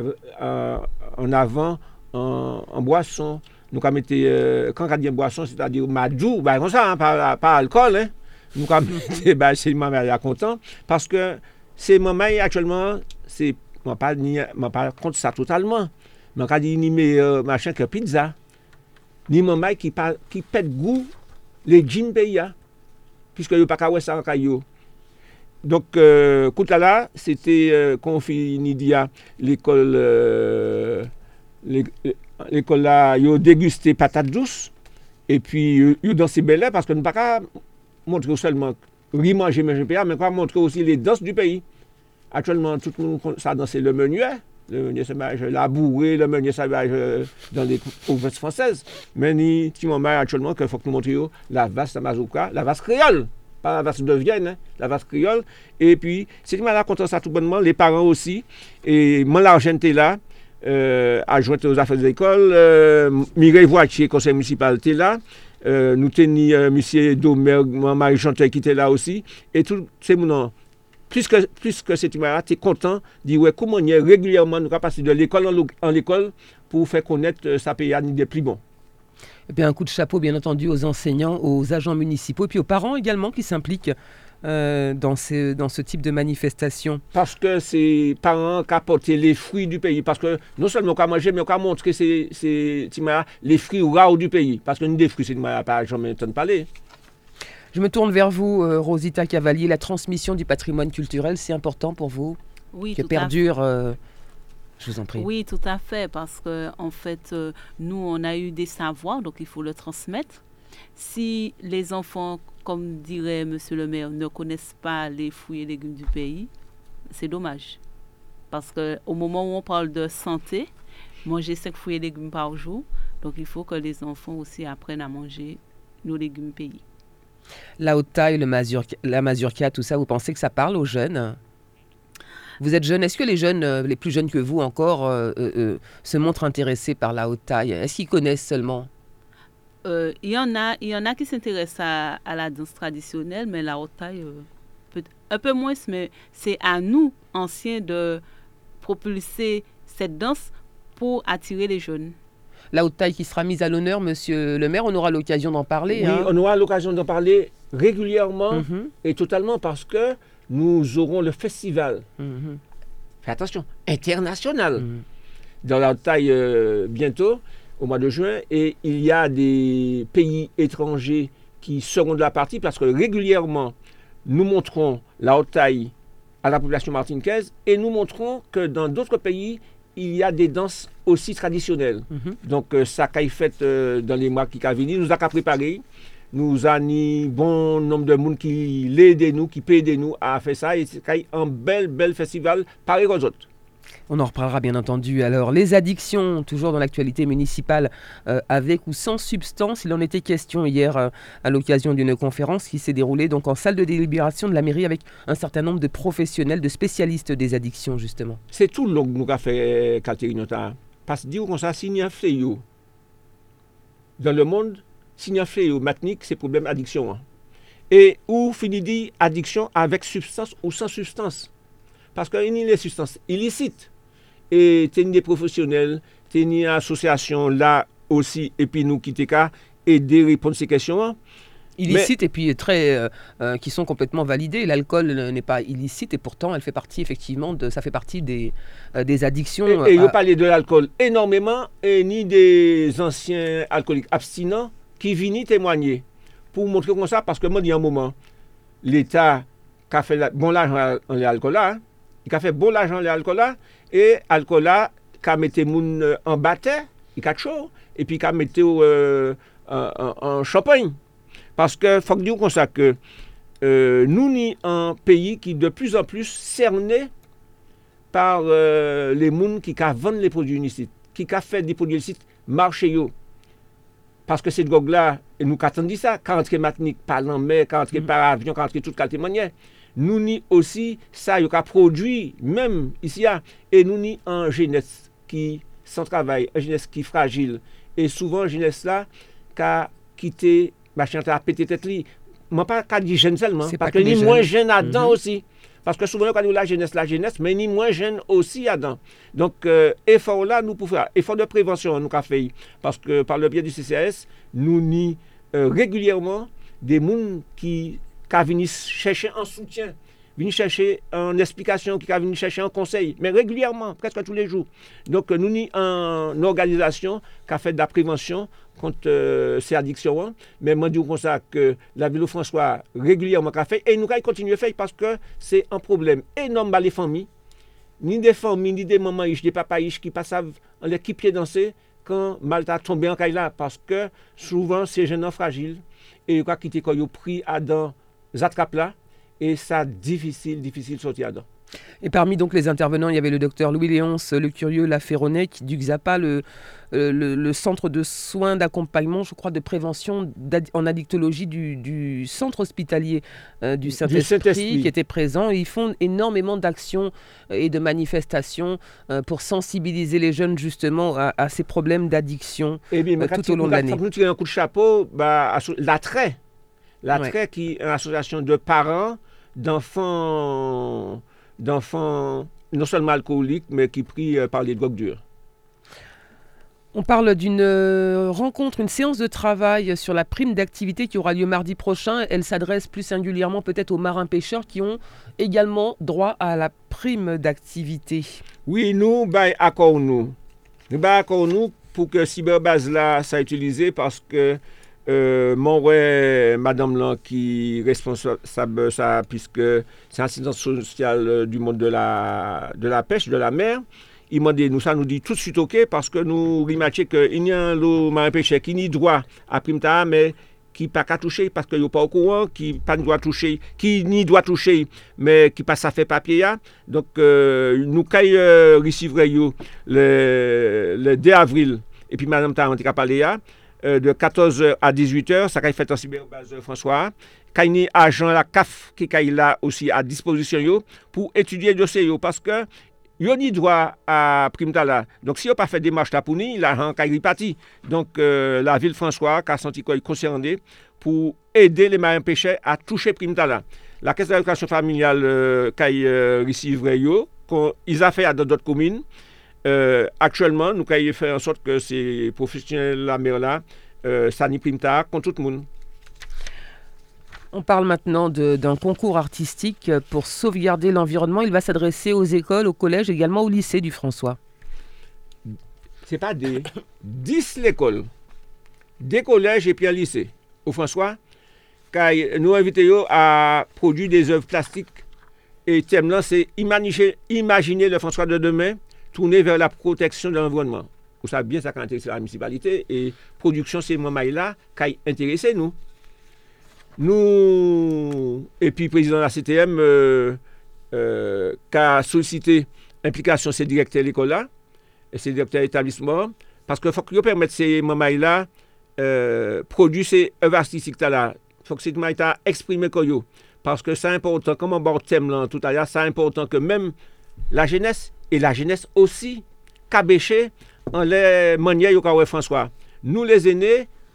en avant en, en boisson. Nous avons mis, euh, quand on dit boisson, c'est-à-dire madjou, bah, comme ça, hein, pas, pas alcool. Hein. Nous avons mis, bah, c'est le maman qui est content. Parce que ces mamans, actuellement, c'est, je ne parle pas contre ça totalement. Mais on dit ni meilleur machin que pizza. Ni maman qui, qui pète goût les jeans pays. Puisque il n'y a pas qu'à ça en caillou. Donc, euh, là, c'était euh, quand on finit d'y l'école, euh, l'école là, ils ont dégusté patates douces, et puis ils ont dansé belle parce que nous ne pouvons pas montrer seulement riz manger, manger pays, mais pas montrer aussi les danses du pays. Actuellement, tout le monde ça a dansé le menuet. Le meunier, c'est la bourrée, le meunier, ça va dans les provinces françaises. Mais ni petit moment actuellement qu'il faut que nous montrions la vaste mazouka, la vaste créole, pas la vaste de Vienne, hein, la vaste créole. Et puis, c'est que là content ça tout bonnement, les parents aussi. Et moi, l'argent était là, euh, adjointe aux affaires de l'école, euh, Mireille Voitier, conseil municipal, était là. Euh, nous tenions euh, M. Domergue, Marie Chanteur qui était là aussi. Et tout, c'est mon nom. Plus que, plus que c'est tu es content de dire ouais, comment on est régulièrement nous passer de l'école en, en l'école pour faire connaître euh, sa pays des plus bons.
Et puis un coup de chapeau bien entendu aux enseignants, aux agents municipaux et puis aux parents également qui s'impliquent euh, dans, ces, dans ce type de manifestation.
Parce que c'est les parents qui apportent les fruits du pays. Parce que non seulement on peut manger, mais on peut montrer c'est, c'est, les fruits rares du pays. Parce que nous des fruits, c'est pas jamais entendu parler.
Je me tourne vers vous, euh, Rosita Cavalier. La transmission du patrimoine culturel, c'est important pour vous?
Oui,
que
tout
perdure.
à
Euh, je vous en prie.
Oui, tout à fait, parce que en fait, euh, nous, on a eu des savoirs, donc il faut le transmettre. Si les enfants, comme dirait Monsieur le maire, ne connaissent pas les fruits et légumes du pays, c'est dommage. Parce qu'au moment où on parle de santé, manger cinq fruits et légumes par jour, donc il faut que les enfants aussi apprennent à manger nos légumes pays.
La haute taille, le mazurka, la mazurka, tout ça, vous pensez que ça parle aux jeunes? Vous êtes jeune, est-ce que les jeunes, euh, les plus jeunes que vous encore, euh, euh, se montrent intéressés par la haute taille? Est-ce qu'ils connaissent seulement?
Il euh, y en a, il y en a qui s'intéressent à, à la danse traditionnelle, mais la haute taille, euh, peut, un peu moins, mais c'est à nous, anciens, de propulser cette danse pour attirer les jeunes.
La haute taille qui sera mise à l'honneur, monsieur le maire, on aura l'occasion d'en parler.
Oui,
hein.
On aura l'occasion d'en parler régulièrement
Mm-hmm.
et totalement parce que nous aurons le festival.
Mm-hmm.
Fais attention, international.
Mm-hmm.
Dans la haute taille euh, bientôt, au mois de juin, et il y a des pays étrangers qui seront de la partie parce que régulièrement, nous montrons la haute taille à la population martiniquaise et nous montrons que dans d'autres pays, il y a des danses aussi traditionnelles.
Mm-hmm.
Donc, euh, ça qu'a fait euh, dans les mois qui vont venir, nous a qu'à préparer. Nous avons bon nombre de monde qui l'aide nous, qui paie nous à faire ça. Et c'est un bel, bel festival pareil aux autres.
On en reparlera bien entendu. Alors, les addictions, toujours dans l'actualité municipale, euh, avec ou sans substance. Il en était question hier euh, à l'occasion d'une conférence qui s'est déroulée donc en salle de délibération de la mairie avec un certain nombre de professionnels, de spécialistes des addictions, justement.
C'est tout le que nous avons fait, Catherine. Parce que dire qu'on ça signe un fléau. dans le monde, signifie au matnik, c'est problème d'addiction. Hein. Et où finit dit addiction avec substance ou sans substance. Parce qu'il y a les substances illicites. Et il y a des professionnels, il y a une association là aussi, et puis nous qui t'es aider à répondre à ces questions.
Illicites et puis très, euh, euh, qui sont complètement validées. L'alcool n'est pas illicite et pourtant elle fait partie effectivement de, ça fait partie des, euh, des addictions.
Et il
euh,
a parlé de l'alcool énormément et ni des anciens alcooliques abstinents qui viennent témoigner pour montrer comme ça parce que moi il y a un moment l'État qui a fait la, bon l'argent en l'alcool là, il a fait bon l'argent en l'alcool là et l'alcool là qui a mis les gens en bataille, il a chaud et puis qui a mis euh, en, en, en champagne. Parce que faut dire comme ça que euh, nous sommes un pays qui est de plus en plus cerné par euh, les gens qui vendent les produits illicites, qui fait des produits illicites marché yo. Parce que ces drogues-là, nous attendons ça, quand on matnik par l'enmer, quand on par avion, quand on toute qualité manière. Nous ni aussi ça yo ka produit même ici et nous ni en jeunesse qui sans travail, en jeunesse qui fragile et souvent jeunesse là qui a quitté machin à péter tête li. Moi pas qu'à dire jeune seulement parce que ni moins jeune là-dedans mm-hmm. aussi. Parce que souvent quand nous la jeunesse la jeunesse mais ni moins jeune aussi là-dedans. Donc euh, effort là nous pour faire effort de prévention nous qu'a fait parce que par le biais du C C A S nous ni euh, régulièrement des gens qui qui viennent chercher un soutien, viennent chercher une explication, qui viennent chercher un conseil, mais régulièrement, presque tous les jours. Donc nous avons une organisation qui a fait de la prévention contre euh, ces addictions. Mais moi, je dis comme ça que la ville de François régulièrement a fait et nous allons continuer à faire parce que c'est un problème énorme pour les familles. Ni des familles, ni des mamans riches, des papas riches qui passent en les pieds danser quand Malta tombe en caille là. Parce que souvent, c'est jeunes fragiles et ils ont quitté quand ils ont pris à dans attrape là et ça difficile, difficile de sortir dedans.
Et parmi donc les intervenants, il y avait le docteur Louis-Léonce Le Curieux Laferronnet du X A P A, le, le, le centre de soins d'accompagnement, je crois, de prévention en addictologie du, du centre hospitalier euh, du Saint-Esprit, Saint-Esprit qui était présent. Et ils font énormément d'actions et de manifestations euh, pour sensibiliser les jeunes justement à, à ces problèmes d'addiction
eh bien,
euh, tout au long de l'année.
Nous tirer un coup de chapeau, bah, l'attrait, l'attrait ouais. qui est une association de parents, d'enfants d'enfants non seulement alcooliques, mais qui prient euh, par les drogues dures.
On parle d'une euh, rencontre, une séance de travail sur la prime d'activité qui aura lieu mardi prochain. Elle s'adresse plus singulièrement peut-être aux marins-pêcheurs qui ont également droit à la prime d'activité.
Oui, nous, bah, accord nous. Nous, bah, accord nous pour que Cyberbase là, ça utilisé parce que Euh, mon ouais, madame là qui est responsable ça puisque c'est un incident social euh, du monde de la de la pêche de la mer, il m'a dit nous ça nous dit tout de suite ok parce que nous remarquons que il y a un lot marin pêcheur qui n'y droit à prime ta mais qui pas qu'à toucher parce que yo pas au courant qui pas doit toucher qui n'y doit toucher mais qui pas ça fait papier là donc euh, nous quand euh, recevrai yo le le deux avril et puis madame ta on t'a parlé là de quatorze heures à dix-huit heures, ça a fait en Cyberbase François. Quand il y a agent la C A F qui est là aussi à disposition yo, pour étudier le dossier yo, parce que yo ni droit à prime là. Donc si yo pas fait démarche là pour ni, l'argent est reparti. Donc euh, la ville François a senti quoi concerné pour aider les marins pêcheurs à toucher prime là. La caisse d'allocation familiale euh, qui euh, recevrait yo, ils a fait à d'autres communes. Euh, actuellement, nous avons fait en sorte que ces professionnels de la mer là, euh, ça n'y prime tard contre tout le monde.
On parle maintenant de, d'un concours artistique pour sauvegarder l'environnement. Il va s'adresser aux écoles, aux collèges, également au lycée du François.
C'est pas des dix l'école, des collèges et puis un lycée au François. Car nous invitons à produire des œuvres plastiques. Et le thème là, c'est imaginer, imaginer le François de demain. Tourner vers la protection de l'environnement. Vous savez bien ça qui intéresse la municipalité et production c'est moi là qui intéresse nous. Nous et puis président de la C T M euh, euh, qui a sollicité l'implication de ces directeurs de l'école là et ces directeurs d'établissement parce que faut que permettre ces mamans là euh, produire ces œuvres artistiques là. Faut que ces mamans là exprimer koyo parce que c'est important comme on bord thème là tout à l'heure, c'est important que même la jeunesse et la jeunesse aussi, cabéché en les manières de François. Nous les aînés,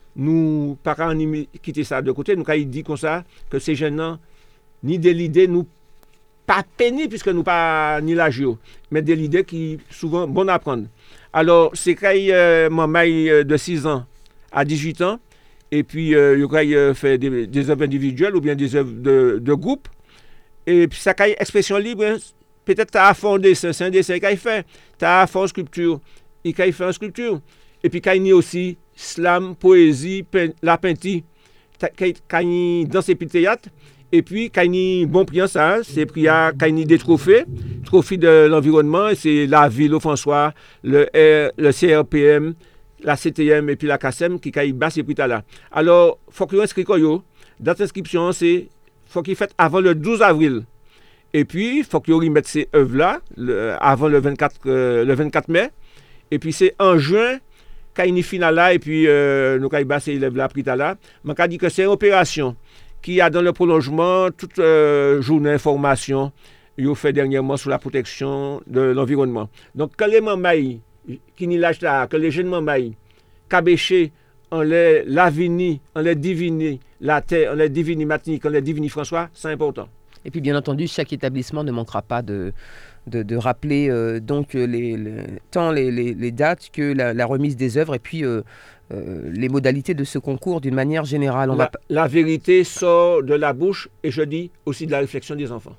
nous pas quitter ça de côté, nous avons dit comme ça que ces jeunes ni de l'idée nous pas pénis puisque nous pas ni l'âge, mais de l'idée qui souvent bon à apprendre. Alors c'est quand euh, maman de six ans à dix-huit ans et puis euh, il euh, fait des, des œuvres individuelles ou bien des œuvres de, de groupe et puis ça quand expression libre hein, peut-être tu as fond dessin, c'est un dessin qu'il fait, tu as fond sculpture, il fait une sculpture et puis quand il y a aussi slam, poésie, pen, la peinture, quand il danse et puis théâtre. Et puis, quand il y a bon prix en ça, c'est prix à quand il y a des trophées, trophées de l'environnement, c'est la ville au François, le, R, le C R P M, la C T M et puis la C A S E M qui a bas ces prix là. Alors, il faut qu'il inscrit quoi yo. Dans l'inscription, c'est faut qu'il fasse avant le douze avril. Et puis, il faut qu'il remette ces œuvres-là avant le vingt-quatre, euh, le vingt-quatre mai. Et puis, c'est en juin, quand il y a une finale là, et puis, euh, nous, quand il bas ces élèves-là, prix là, mais quand dit que c'est une opération qui a dans le prolongement toute euh, journée d'information il a fait dernièrement sur la protection de l'environnement. Donc, quand les mamans qui n'y lâchent là, que les jeunes mamans cabéchés, on les l'avenir, on les divine, la terre, on les divine Martinique, on les divine François, c'est important.
Et puis, bien entendu, chaque établissement ne manquera pas de, de, de rappeler euh, donc les, les, tant les, les, les dates que la, la remise des œuvres et puis euh, Euh, les modalités de ce concours d'une manière générale. On
la,
va...
la vérité sort de la bouche et je dis aussi de la réflexion des enfants.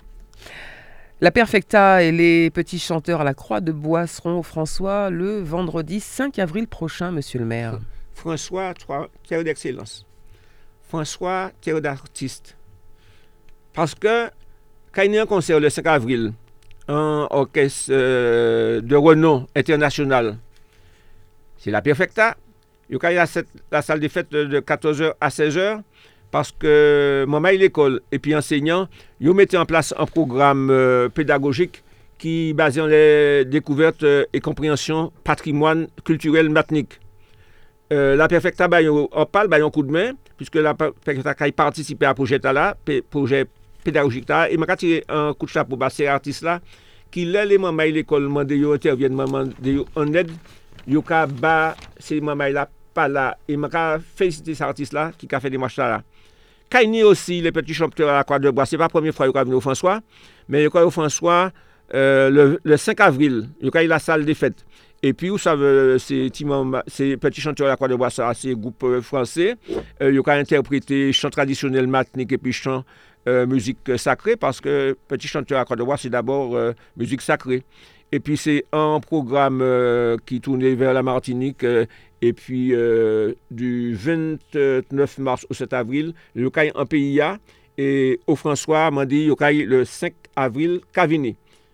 La Perfecta et les petits chanteurs à la Croix de Bois seront au François le vendredi cinq avril prochain, monsieur le maire.
François, terre d'excellence. François, terre d'artiste. Parce que quand il y a un concert le cinq avril, un orchestre euh, de renom international, c'est la Perfecta. Il y a la, la salle des fêtes de quatorze heures à seize heures parce que maman et l'école et puis enseignants, ils mettent en place un programme euh, pédagogique qui est basé sur les découvertes euh, et compréhension patrimoine culturel matinique. Euh, la Perfecta, bah, on parle, bah, un coup de main, puisque la Perfecta a participé à ce projet là, projet pédagogique là, et m'a tiré un coup de chapeau pour ces artistes là, qui les mamans et l'école demandent qu'ils interviennent en aide. Yo ka ba ces mamans là pas là et m'a féliciter ces artistes là qui a fait des marches là. Kaini aussi les petits chanteurs à la Croix de Bois, c'est pas la première fois qu'ils venir au François, mais ils au François euh, le, le cinq avril, ils ont la salle des fêtes. Et puis vous savez ces ces petits chanteurs à la Croix de Bois ça c'est groupe euh, français, euh, ils ont interprété chant traditionnel matinique et puis chant euh, musique sacrée parce que petits chanteurs à la Croix de Bois c'est d'abord euh, musique sacrée. Et puis c'est un programme euh, qui tournait vers la Martinique euh, et puis euh, du vingt-neuf mars au sept avril, le caille en P I A et au François m'a dit le cinq avril Cavini.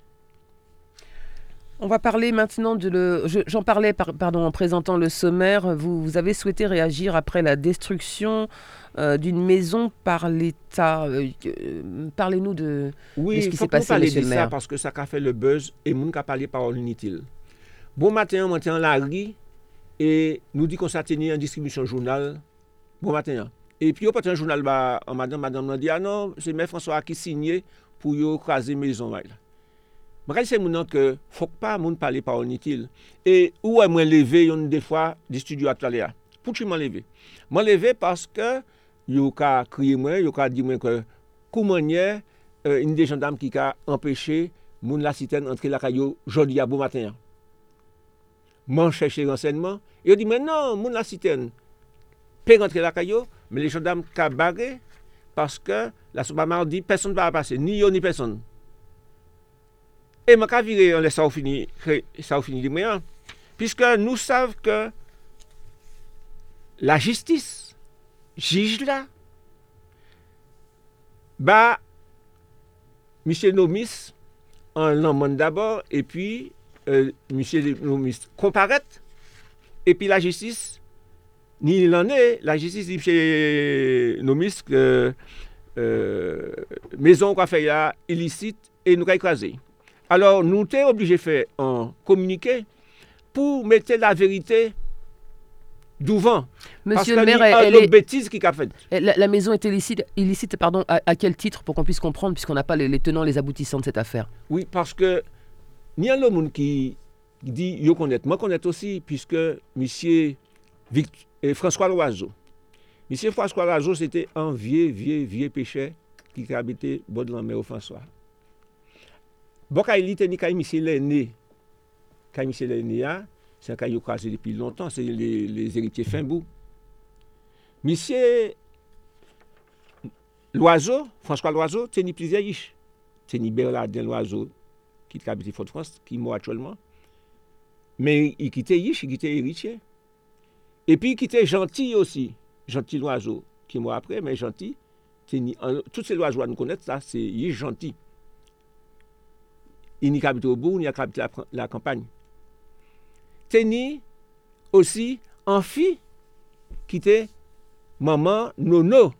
On va parler maintenant de le. Je, j'en parlais par, pardon en présentant le sommaire. Vous, vous avez souhaité réagir après la destruction euh, d'une maison par l'État. Euh, euh, parlez-nous de,
oui,
de ce qui s'est
passé,
monsieur le maire. Oui, il faut
parler de ça parce que ça a fait le buzz et moun ka parlé parole inutile. Bon matin, on était en la rue et nous dit qu'on s'est tenu en distribution journal. Bon matin. Et puis, on a un journal, bah, madame, madame m'a dit ah non, c'est M. François qui signait pour y craser maison là. Je sais que que faut pas moun parler parole inutile et où est moi levé une des fois des studios à l'heure. Pour tu m'en lever. M'en lever parce que yo ka crier moi, yo ka dire moi que comment euh, une des gendarmes qui a empêché moun la citerne entrer la caillou jodi à bon matin. M'en chercher renseignement et yo dit mais non, moun la citerne peut rentrer la caillou mais les gendarmes ka barré parce que la soubamar dit personne ne va passer ni yo ni personne. Et je vais virer, on laisse ça finir, ça finir de moyen. Puisque nous savons que la justice, juge là, bah, M. Nomis, en l'emmène d'abord, et puis euh, M. Nomis comparaît, et puis la justice, ni l'en est, la justice dit M. Nomis que euh, maison qu'on fait là, illicite, et nous avons écrasé. Alors, nous sommes obligés de faire un communiqué pour mettre la vérité devant.
Monsieur
parce
le maire,
elle, elle est bêtise qui a fait.
La, la maison est illicite, illicite pardon, à, à quel titre pour qu'on puisse comprendre, puisqu'on n'a pas les, les tenants, les aboutissants de cette affaire?
Oui, parce que il y a le monde qui dit yo connaît, moi connais aussi, puisque monsieur Vic, et François Loiseau. Monsieur François Loiseau, c'était un vieux, vieux, vieux pêcheur qui habitait au bord de la mer au François. Bon, quand il était né, monsieur l'aîné, quand monsieur l'aîné, c'est un cas qui a croisé depuis longtemps, c'est les, les héritiers Finbou. Monsieur Loiseau, François Loiseau, c'est plusieurs riches. C'est Bernardin Loiseau qui habite Fort-de-France, qui est mort actuellement. Mais il quittait riche, il quittait héritier. Et puis il quittait gentil aussi. Gentil Loiseau, qui est mort après, mais gentil. Tous ces oiseaux à nous connaître, ça, c'est riche, gentil. Il n'y a habité au bourg, il n'y a habité la, la campagne. Teni aussi en fille qui était maman Nono,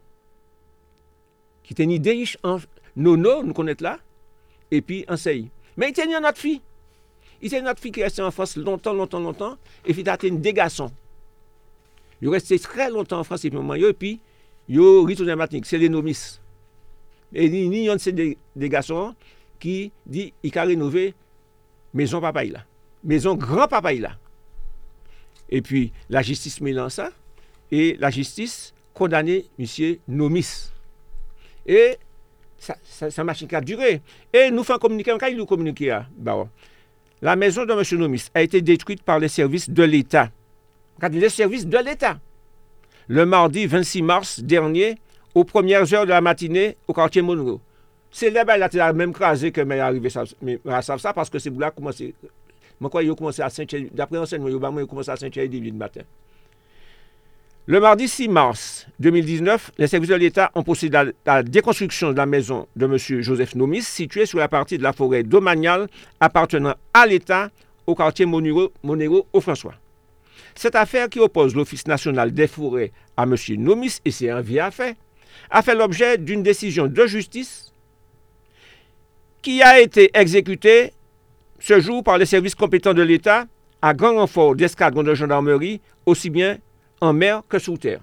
qui était ni riche en Nono, nous connaissons là, et puis en Seille. Mais il était ni notre fille. Il était notre fille qui restait en France longtemps, longtemps, longtemps, et puis il a été des garçons. Il restait très longtemps en France, et puis maman, et puis il retourné en Martinique, c'est les nomis. Et il y a des, des garçons qui dit il a rénové maison papa là, maison grand papa là. Et puis la justice mélange ça et la justice condamné monsieur Nomis. Et ça ça, ça machine qui a duré. Et nous faisons communiquer, quand il nous communiquer là, bah, la maison de monsieur Nomis a été détruite par les services de l'État. Les services de l'État. Le mardi vingt-six mars dernier, aux premières heures de la matinée, au quartier Monroe. C'est là bas la même crasé que mais arrivé ça mais ça ça parce que c'est là commencé moi quoi il a commencé à Saint-Thierry d'après enseignement il a commencé à Saint-Thierry du matin. Le mardi six mars deux mille dix-neuf, les services de l'État ont procédé à la déconstruction de la maison de monsieur Joseph Nomis située sur la partie de la forêt domaniale appartenant à l'État au quartier Monero Monero au François. Cette affaire qui oppose l'Office national des forêts à monsieur Nomis et c'est un vieux affaire a fait l'objet d'une décision de justice qui a été exécuté ce jour par les services compétents de l'État à grand renfort d'escadrons de gendarmerie, aussi bien en mer que sous terre.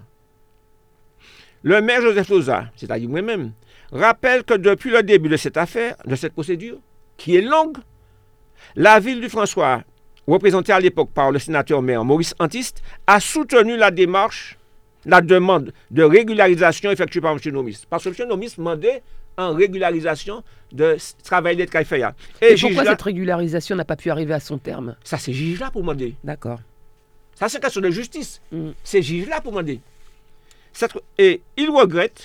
Le maire Joseph Loza, c'est-à-dire moi-même, rappelle que depuis le début de cette affaire, de cette procédure, qui est longue, la ville du François, représentée à l'époque par le sénateur maire Maurice Antiste, a soutenu la démarche, la demande de régularisation effectuée par M. Nomis. Parce que M. Nomis demandait en régularisation de travail d'aide qu'il fait.
Et, Et pourquoi cette régularisation n'a pas pu arriver à son terme?
Ça, c'est juge là pour demander.
D'accord.
Ça, c'est une question de justice.
Mm.
C'est juge là pour demander. Cette... Et il regrette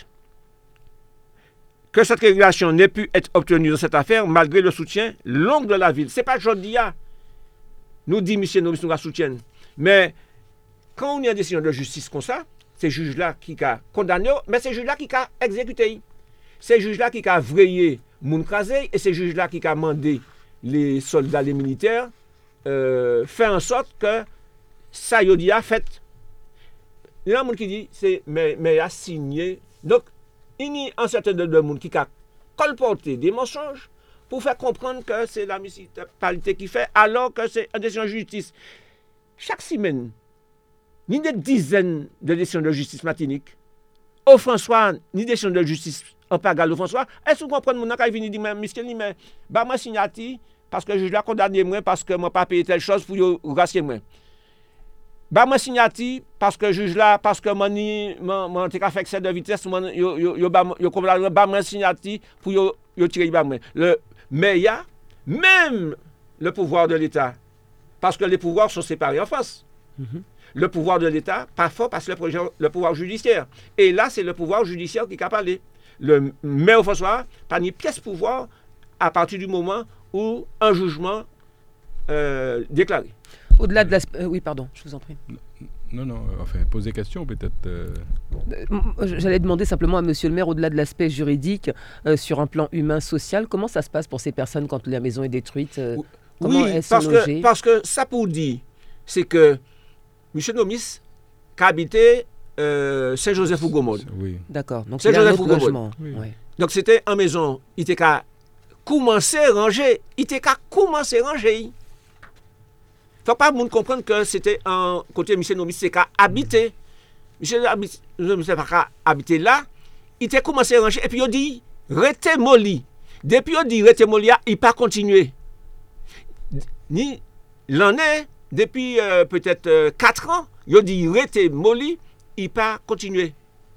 que cette régulation n'ait pu être obtenue dans cette affaire malgré le soutien long de la ville. Ce n'est pas Jodia. Nous dit M. Nomis, nous la soutiennent. Mais quand on y a une décision de justice comme ça, c'est juge là qui a condamné, mais c'est juge là qui a exécuté. C'est juge-là qui a vrayé moun krasé et c'est juge-là qui a mandé les soldats, les militaires, euh, faire en sorte que ça y a fait. Il y a un monde qui dit, c'est, mais, mais a signé. Donc, il y a un certain nombre de monde qui a colporté des mensonges pour faire comprendre que c'est la municipalité qui fait, alors que c'est une décision de justice. Chaque semaine, ni des dizaines de décisions de justice matinique, au François, ni des décisions de justice en pagal au François, est-ce que vous comprenez mon cas vient dire monsieur ni mais bah moi signati parce que je l'ai condamné moi parce que moi pas payé telle chose pour yo gracier moi. Bah moi signati parce que juge là parce que moi ni moi t'ai fait excès de vitesse moi yo yo yo yo comme bah moi signati pour yo yo tirer bah moi. Le mais il y a même le pouvoir de l'État parce que les pouvoirs sont séparés en France. Mm-hmm. Le pouvoir de l'État parfois parce que le, le pouvoir judiciaire et là c'est le pouvoir judiciaire qui a parlé. Le maire François pas ni pièce pouvoir à partir du moment où un jugement euh, déclaré.
Au-delà de l'aspect... Euh, oui, pardon, je vous en prie.
Non, non, enfin, poser question peut-être. Euh...
J'allais demander simplement à monsieur le maire, au-delà de l'aspect juridique, euh, sur un plan humain, social, comment ça se passe pour ces personnes quand la maison est détruite euh, comment
oui, parce que, parce que ça pour dire, c'est que M. Nomis qui habitait Euh, Saint-Joseph ou Gomode.
Oui.
D'accord. Donc
c'est Saint-Joseph ou Gomode.
Oui. Oui.
Donc c'était en maison, il était qu'à commencer à ranger, il était qu'à commencer à ranger. Faut pas monde comprendre que c'était un côté M. Nomis c'est qu'à habiter. M. Nomis c'est pas qu'à habiter là, il était commencé à ranger et puis il dit rete molli. Depuis il dit rete molli, il pas continuer. Ni l'année depuis euh, peut-être euh, quatre ans, ils dit il était molli, il pas continué.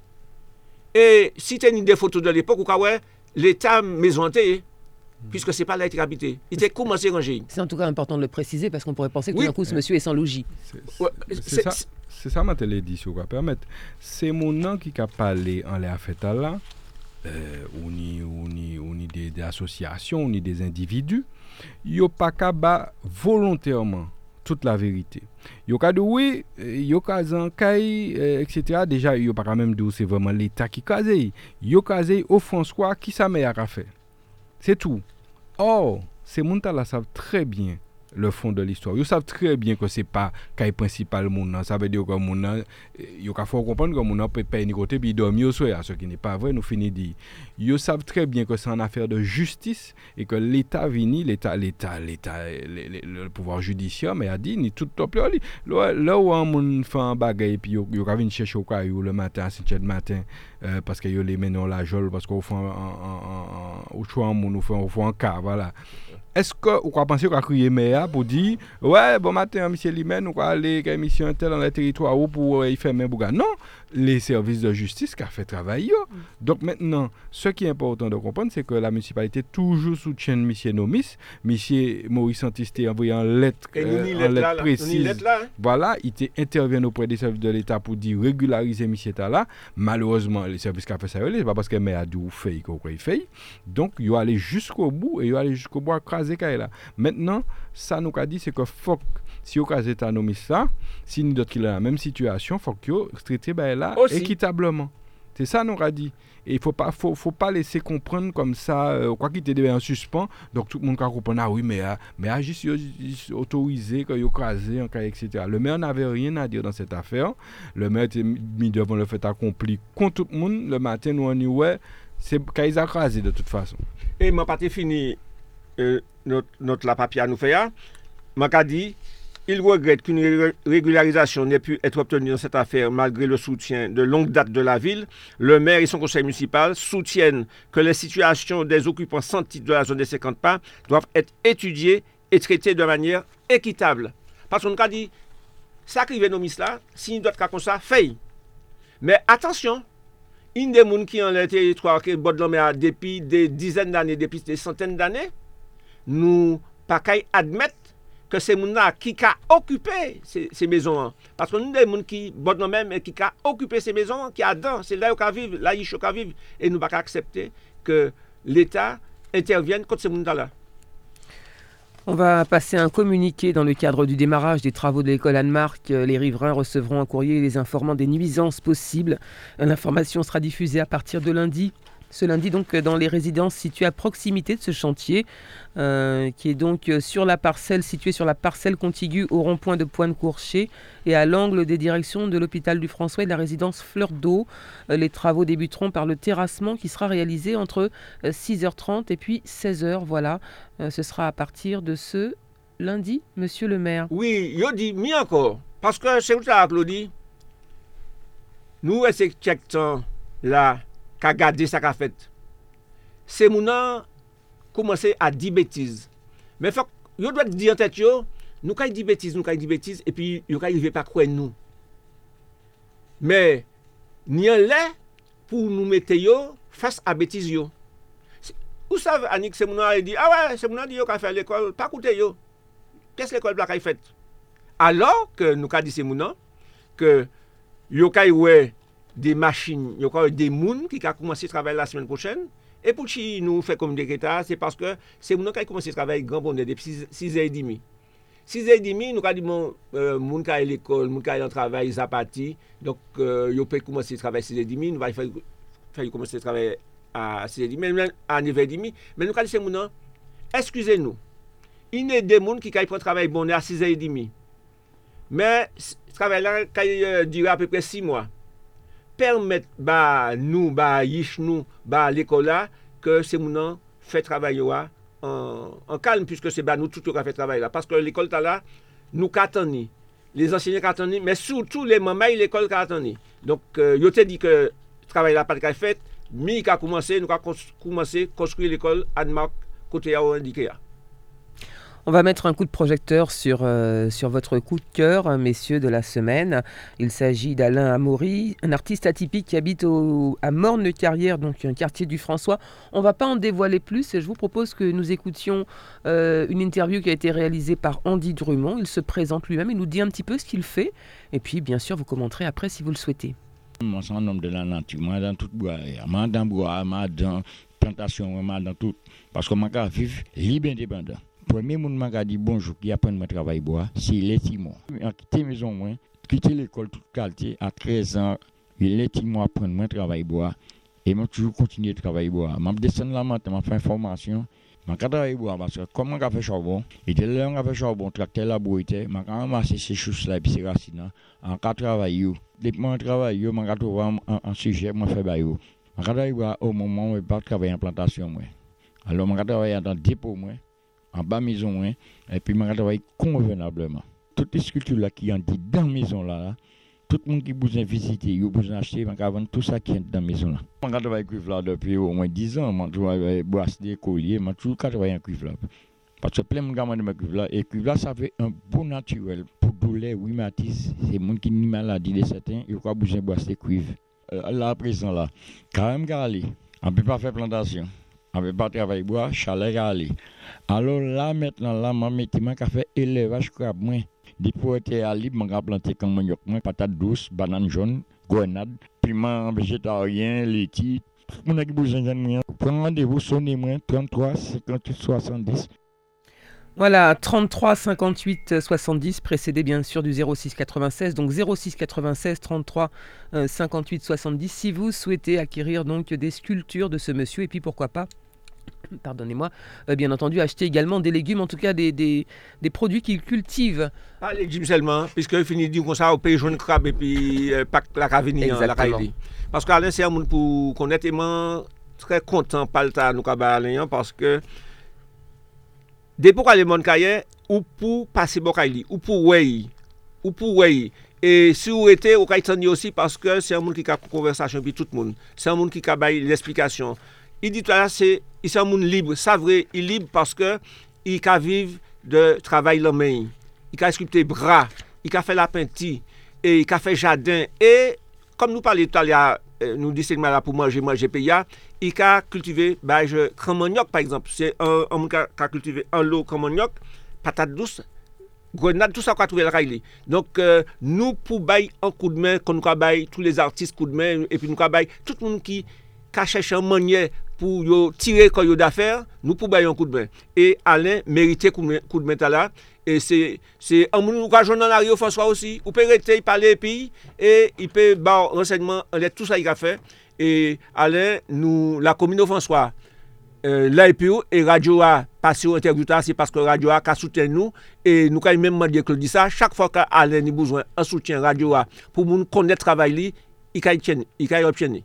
Et si tu as des photos de l'époque, où ouais, l'État maisonné, puisque ce n'est pas là qui habité. Il était commencé à ranger.
C'est en tout cas important de le préciser parce qu'on pourrait penser que
oui.
tout d'un coup, ce monsieur est sans logis.
C'est ouais, ça, c'est ça, ma télé dit, si vous permettre. C'est mon nom qui a parlé en l'air fait là. Euh, on y, on y, on y des, des associations, on y des individus. Ils n'ont pas qu'à battre volontairement toute la vérité. Ils ont dit oui, ils ont dit et cetera. Déjà, ils n'ont pas quand même dit c'est vraiment l'État qui a dit. Ils ont dit au François qui ça meilleur à faire. C'est tout. Or, ces gens-là savent très bien le fond de l'histoire. Ils savent très bien que ce n'est pas le principal monde. Ça veut dire que monde, il faut comprendre que monde peut payer côté puis dormir au soir, ce qui n'est pas vrai, nous finissons de dire. Ils savent très bien que c'est une affaire de justice et que l'État vini, l'État, l'État, l'État, le, le, le pouvoir judiciaire, mais a dit ni tout top là. Là où un monde fait un bagage puis il va venir chercher au caillou le matin, à cinq heures du matin, euh, parce qu'il les met dans la jolle, parce qu'on fait un choix, on fait un cas, voilà. Est-ce que vous pensez qu'on a crié meilleur pour dire ouais bon matin monsieur Limen on va aller à mission tel dans le territoire ou pour y faire même bouga. Non, les services de justice qui a fait travail. Mm. Donc maintenant, ce qui est important de comprendre, c'est que la municipalité toujours soutient monsieur Nomis, monsieur Maurice Santiste envoyé en lettre, euh, en lettre précise. Lettre là, hein? Voilà, il intervient auprès des services de l'État pour dire régulariser monsieur là. Malheureusement, les services qui a fait ça, c'est pas parce que maire a dit ou fait qu'il fait. Donc il va aller jusqu'au bout et il va aller jusqu'au bout. Là. Maintenant, ça nous a dit c'est que faut si au cas état nommé ça, si nous d'autres qui la même situation, faut que traiter ben là aussi équitablement. C'est ça nous a dit. Et il faut pas faut faut pas laisser comprendre comme ça euh, quoi qu'il était en suspens. Donc tout le monde va comprendre ah oui mais mais a juste autorisé que yo crasé en cas et cetera. Le maire n'avait rien à dire dans cette affaire. Le maire était mis devant le fait accompli contre tout le monde. Le matin nous on dit ouais, c'est qu'ils a crasé de toute façon.
Et m'a pas fini Euh, notre, notre la papier à nous faire, m'a dit il regrette qu'une ré- régularisation n'ait pu être obtenue dans cette affaire malgré le soutien de longue date de la ville. Le maire et son conseil municipal soutiennent que les situations des occupants sans titre de la zone des cinquante pas doivent être étudiées et traitées de manière équitable. Parce qu'on a dit ça qui vient nos mis là, si nous doit comme ça, fait. Mais attention, il y a des gens qui ont le territoire qui bord de la mer depuis des dizaines d'années, depuis des centaines d'années. Nous pas qu'à admettre que c'est gens qui ont occupé ces, ces maisons. Parce que nous, des gens qui sont même et qui ont occupé ces maisons, qui ont dedans, c'est là où ils vivent, là où ils vivent. Et nous ne pouvons pas accepter que l'État intervienne contre ces gens-là.
On va passer un communiqué dans le cadre du démarrage des travaux de l'école Anne-Marc. Les riverains recevront un courrier les informant des nuisances possibles. L'information sera diffusée à partir de lundi. Ce lundi, donc, dans les résidences situées à proximité de ce chantier, euh, qui est donc sur la parcelle, située sur la parcelle contiguë au rond-point de Pointe-Courchet et à l'angle des directions de l'hôpital du François et de la résidence Fleur d'Eau. Euh, les travaux débuteront par le terrassement qui sera réalisé entre euh, six heures trente et puis seize heures. Voilà, euh, ce sera à partir de ce lundi, monsieur le maire.
Oui, je dis mieux encore, parce que c'est où ça, Claudie. Nous, c'est quelque temps là. Qu'a gardé ça qu'a fait. C'est mon commencer à dire bêtises. Mais faut yo doit dire en tête yo, nous kay dire bêtises, nous kay dire bêtises et puis yo kay arriver pas croire nous. Mais ni en là pour nous mettre yo face à bêtises yo. Vous savez Annick c'est mon a dit ah ouais, c'est mon dit yo qu'a faire l'école, pas coûter yo. Qu'est-ce l'école bla kay fait? Alors que nous qu'a dit c'est mon que yo kay ouais des machines, il y a des gens qui ont commencé à travailler la semaine prochaine. Et pour qui nous fait comme des États, c'est parce que c'est nous qui avons commencé à travailler grand bonheur depuis six heures trente. six heures trente, nous avons dit bon, euh, gens qui ont à l'école, gens qui ont travail, ils ont parti. Donc, euh, ils peuvent commencer à travailler à six heures trente. Nous allons faire, faire commencer à travailler à six heures trente, même à neuf heures trente. Mais nous avons dit c'est nous, excusez-nous. Il y a des gens qui ont travailler bonheur à six heures trente. Mais ce travail-là, qui durera à peu près six mois. Permettre bah nous bah yish nous bah l'école là que c'est mon fait travail en, en calme puisque c'est bah nous tout qui fait travail là parce que l'école là nous qu'attendons les enseignants qu'attendons mais surtout les mamans l'école qu'attendons donc euh, yo te dit que travail là pas de fait mi qu'a commencé nous qu'a commencé construire l'école Anne-Marc côté à indiqué.
On va mettre un coup de projecteur sur, euh, sur votre coup de cœur, messieurs, de la semaine. Il s'agit d'Alain Amaury, un artiste atypique qui habite au, à Morne-le-Carrière, donc un quartier du François. On ne va pas en dévoiler plus et je vous propose que nous écoutions euh, une interview qui a été réalisée par Andy Drummond. Il se présente lui-même, il nous dit un petit peu ce qu'il fait. Et puis, bien sûr, vous commenterez après si vous le souhaitez.
Moi, c'est un homme de la nature. Moi, dans tout bois, moi, dans bois, moi, dans plantation, moi, dans tout. Parce que moi, je vis libre indépendant. Premier monde m'a dit bonjour qui apprend à travailler bois, c'est les Timons. A quitté maison moi, quitté l'école toute qualité à treize ans, les Timons apprennent à travailler bois et moi toujours continuer de travailler bois. M'a descendre la matin, m'a fait formation, m'a travailler bois parce que comment on fait charbon, et de là on fait charbon, tracteur la boîte, m'a ramassé ces choses là puis ces racines en cas travail yo. Depuis mon travail yo, m'a trouvé un sujet moi fait bail yo. M'a travailler bois au moment où je pas travailler en plantation moi. Alors m'a travailler dans dépôt moi. En bas maison, hein, et puis je travaille convenablement. Toutes les sculptures là qui ont dit dans la maison là, là, tout le monde qui vous a visité, vous besoin acheter, je vendre tout ça qui est dans la maison là. Je travaille en cuivre là depuis au moins dix ans, je travaille bracelet, collier, je toujours travaillé en cuivre là. Parce que plein de gens de cuivre là, et cuivre là ça fait un bon naturel pour douleur, rhumatisme, c'est les gens qui ont une maladie de certains, ils ont besoin de bracelet cuivre. Euh, là à présent là, quand même aller, on ne peut pas faire plantation. On ne peut pas travailler bois, chalet à aller. Alors là, maintenant, là, je vais faire élevage crabe. Des fois, je vais aller, je vais planter comme manioc, patate douce, banane jaune, grenade, piment végétarien, laitier. Mon qui besoin de moi, prenez rendez-vous, sonnez-moi, trente-trois cinquante-huit soixante-dix.
Voilà, trente-trois cinquante-huit soixante-dix, précédé bien sûr du zéro six quatre-vingt-seize, donc zéro six quatre-vingt-seize trente-trois cinquante-huit soixante-dix, si vous souhaitez acquérir donc des sculptures de ce monsieur, et puis pourquoi pas, pardonnez-moi, euh, bien entendu, acheter également des légumes, en tout cas des, des, des produits qu'il cultive.
Pas les légumes seulement, puisqu'il finit de dire comme ça, au pays jaune crabe et puis euh, pas la cavini, la caille. Parce qu'Alain, c'est un monde pour connaître, et très content par le temps, nous, Alain, parce que depuis qu'on a les monde cahier ou pour passer bokaili ou pour way ou pour way et si vous êtes au kaitani aussi parce que c'est un monde qui a conversation puis tout le monde c'est un monde qui a bail l'explication il dit là c'est c'est un monde libre c'est vrai il libre parce que il a vivre de travail la main il a sculpter bras il a fait la peinture et il a fait jardin et comme nous parlions tout à l'heure nous disons là pour manger manger paya il a cultivé bah je cramagnoc par exemple c'est un un qui a cultivé un lot cramagnoc patate douce grenade tout ça qu'on a trouvé le raili donc euh, nous pour bailler un coup de main qu'on nous bailler tous les artistes coup de main et puis nous bailler tout le monde qui qui cherche un manière pour yo tirer quand yo d'affaires nous pour bailler un coup de main et Alain méritait coup de coup de main là et c'est c'est un monde nous joindre dans Rio François aussi ou peut rester parler puis et il peut ba renseignement tout ça il a fait et Alain nous la commune François euh, l'A I P O et Radio A passé au interview c'est parce que Radio A a soutenu nous et nous quand même dire que dit ça chaque fois qu'Alain a besoin un soutien Radio A pour nous connaître travail li il a obtenu il a obtenu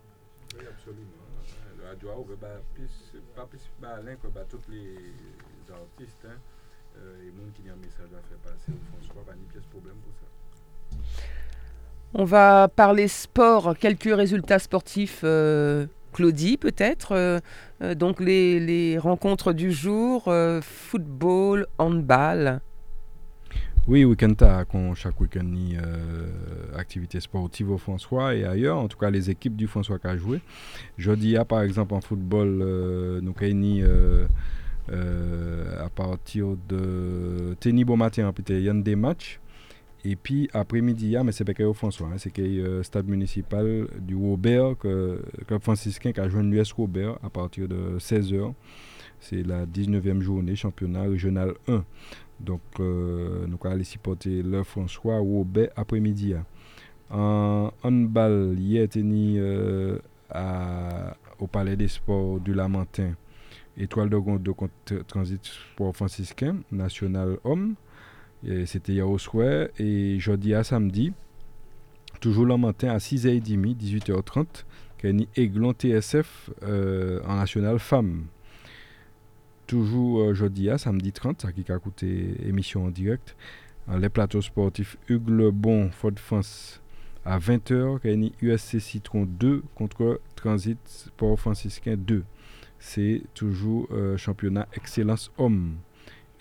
Radio A ou pas plus pas plus Alain que tous les artistes hein et monde qui a un message à faire passer au François pas ni pièce problème pour ça.
On va parler sport, quelques résultats sportifs euh, Claudie peut-être euh, euh, donc les, les rencontres du jour euh, football, handball.
Oui, week-end t'as chaque week-end ni euh, activité sportive au François et ailleurs, en tout cas les équipes du François qui a joué. Jeudi, par exemple en football, euh, nous avons euh, euh, à partir de tennis bon matin, il y a des matchs. Et puis après-midi, mais c'est pas qu'au François, hein, c'est que le euh, stade municipal du Robert, que club franciscain qui a joué l'U S Robert à partir de seize heures. C'est la dix-neuvième journée championnat régional un. Donc euh, nous allons aller supporter le François Robert après-midi. En handball, hier tenu euh, à, au Palais des Sports du Lamentin, étoile de Gonde contre Transit Sport franciscain, national homme. Et c'était hier au soir et jeudi à samedi, toujours le matin à six heures trente, dix-huit heures trente, qu'il y a Aiglon T S F euh, en national femme. Toujours euh, jeudi à samedi trente, ça qui a coûté émission en direct. Euh, les plateaux sportifs Hugues Lebon, Fort de France à vingt heures, qu'il y a U S C Citron deux contre Transit Sport franciscain deux. C'est toujours euh, championnat excellence homme.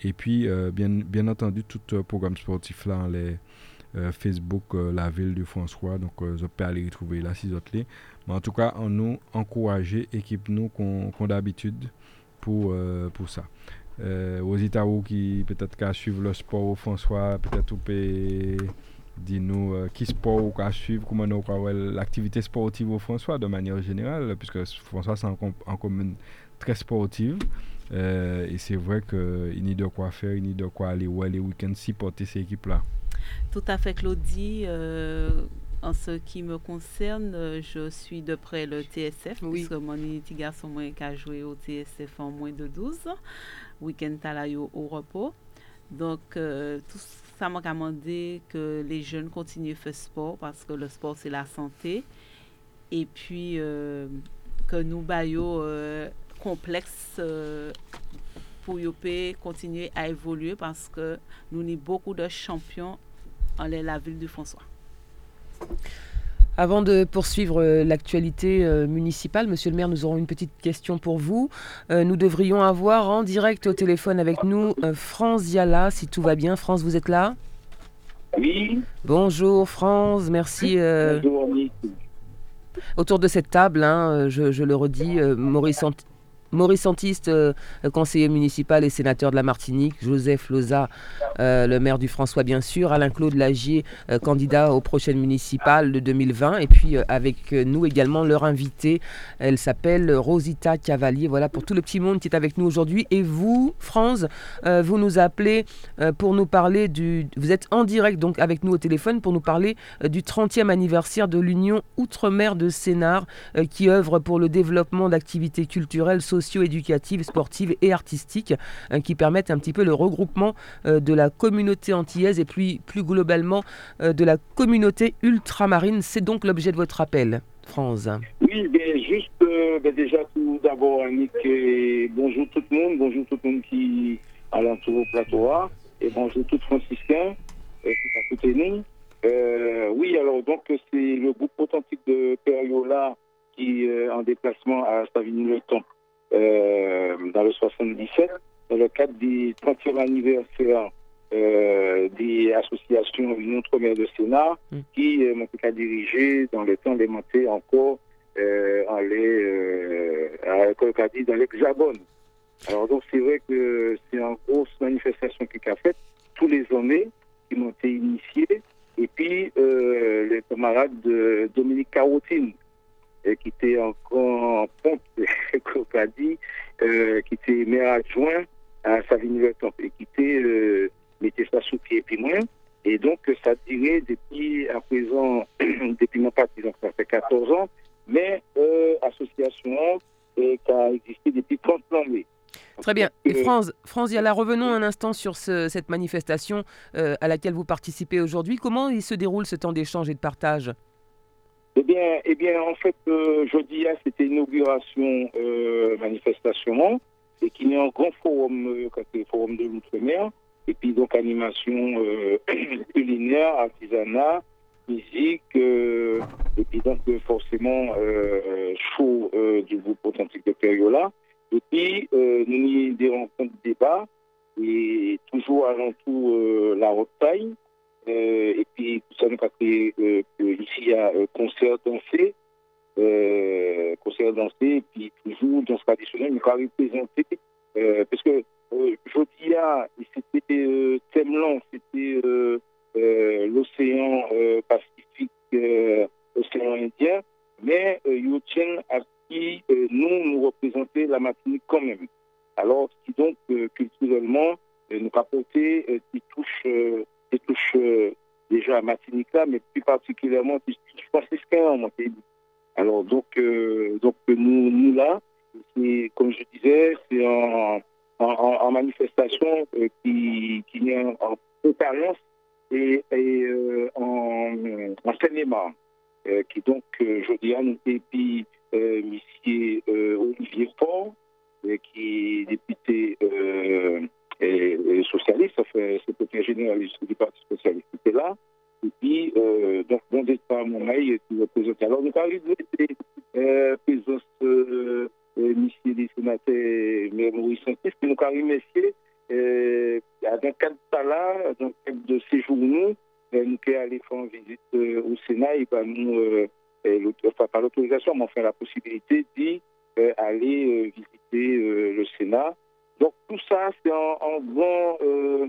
Et puis, euh, bien, bien entendu, tout euh, programme sportif là, les euh, Facebook, euh, la ville de François, donc euh, je peux aller retrouver là si autres. Mais en tout cas, on nous encourager, équipe nous qu'on qu d'habitude pour, euh, pour ça. Euh, aux Itaou qui peut-être qu'à suivre le sport, François, peut-être vous pouvez dire-nous euh, qui sport ou qu'à suivre, comment nous voir l'activité sportive au François de manière générale, puisque François c'est en, en commune très sportive. Euh, et c'est vrai qu'il y a de quoi faire, il y a de quoi aller ouais, les week-ends supporter ces équipes-là.
Tout à fait, Claudie. Euh, en ce qui me concerne, je suis de près le T S F, oui. Puisque mon petit garçon qui a joué au T S F en moins de douze. Week-end talayo au repos. Donc, euh, tout ça m'a demandé que les jeunes continuent à faire sport parce que le sport, c'est la santé. Et puis, euh, que nous, baillons euh, complexe euh, pour continuer à évoluer parce que nous avons beaucoup de champions en la ville de François.
Avant de poursuivre euh, l'actualité euh, municipale, Monsieur le maire, nous aurons une petite question pour vous. Euh, nous devrions avoir en direct au téléphone avec nous euh, France Diala, si tout va bien. France, vous êtes là?
Oui.
Bonjour France, merci. Euh,
Bonjour.
Autour de cette table, hein, je, je le redis, euh, Maurice Ant- Maurice Santiste, euh, conseiller municipal et sénateur de la Martinique, Joseph Loza, euh, le maire du François bien sûr, Alain-Claude Lagier, euh, candidat aux prochaines municipales de deux mille vingt, et puis euh, avec nous également leur invitée, elle s'appelle Rosita Cavalier, voilà pour tout le petit monde qui est avec nous aujourd'hui. Et vous, France, euh, vous nous appelez euh, pour nous parler du... Vous êtes en direct donc avec nous au téléphone pour nous parler euh, du trentième anniversaire de l'Union Outre-mer de Sénart, euh, qui œuvre pour le développement d'activités culturelles, socio-éducatives, sportives et artistiques hein, qui permettent un petit peu le regroupement euh, de la communauté antillaise et puis plus globalement euh, de la communauté ultramarine. C'est donc l'objet de votre appel, France.
Oui, bien juste euh, ben déjà tout d'abord, Annick, et bonjour tout le monde, bonjour tout le monde qui est alentour au plateau A, et bonjour tout franciscain euh, qui est à côté de nous. Euh, oui, alors donc c'est le groupe authentique de Périola qui est en déplacement à Savigny-le-Temple. Euh, dans le soixante-dix-sept, dans le cadre du trentième anniversaire euh, des associations Union Outre-mer de Sénart, mm. qui euh, m'ont été dirigées dans le temps alimenté encore euh, en les, euh, à, dit, dans l'Hexagone. Alors donc c'est vrai que c'est une grosse manifestation qui a faite tous les années, qui m'ont été initiés, et puis euh, les camarades de Dominique Carotine, qui était encore en pompe, dit, euh, qui était maire adjoint à Savigny-le-Temple et qui était euh, mettait ça sous pied et puis moins. Et donc, ça dirait depuis à présent, depuis mon parti, donc ça fait quatorze ans, mais euh, association euh, qui a existé depuis trente ans.
Très bien. Et France, France Diala, revenons un instant sur ce, cette manifestation euh, à laquelle vous participez aujourd'hui. Comment il se déroule ce temps d'échange et de partage ?
Eh bien, eh bien, en fait, euh, jeudi, c'était inauguration euh, manifestation, et qu'il y a un grand forum, euh, le forum de l'Outre-mer, et puis donc animation euh, culinaire, artisanat, musique, euh, et puis donc forcément euh, show euh, du groupe authentique de Périola. Et puis, euh, nous y des rencontres, débats, et toujours avant tout euh, la route taille. Euh, et puis, tout ça, nous avons créé euh, ici, il y a euh, concert dansé, euh, concert dansé, et puis toujours dans ce traditionnel, nous avons représenté, euh, parce que euh, jeudi, c'était euh, thème long, c'était euh, euh, l'océan euh, Pacifique, euh, l'océan Indien, mais euh, ils tiennent à qui euh, nous, nous représenter la Martinique quand même. Alors, qui donc, euh, culturellement, euh, nous apporter euh, des touches. Euh, des touches euh, déjà à Martinique là, mais plus particulièrement des touches franciscaines en Martinique. Alors donc, euh, donc nous, nous là, c'est, comme je disais, c'est en, en, en manifestation euh, qui, qui est en, en préparance et, et euh, en, en Seine-et-Marne, euh, qui donc, euh, je dis à nous, et puis euh, monsieur euh, Olivier Faure, euh, qui est député euh, Et, et socialiste, ça fait secrétaire général du Parti socialiste qui était là. Et puis, euh, donc, bon départ, mon mail qui représente. Alors, nous avons été euh, présence, euh, monsieur des sénateurs, M. Maurice Santiste, puis nous avons remercié euh, dans le cadre de ça là, dans le cadre de séjour, nous, nous sommes allés faire une visite euh, au Sénat et ben, nous, euh, enfin, par l'autorisation, on fait la possibilité d'y euh, aller euh, visiter euh, le Sénat. Donc tout ça, c'est en, en grand, euh,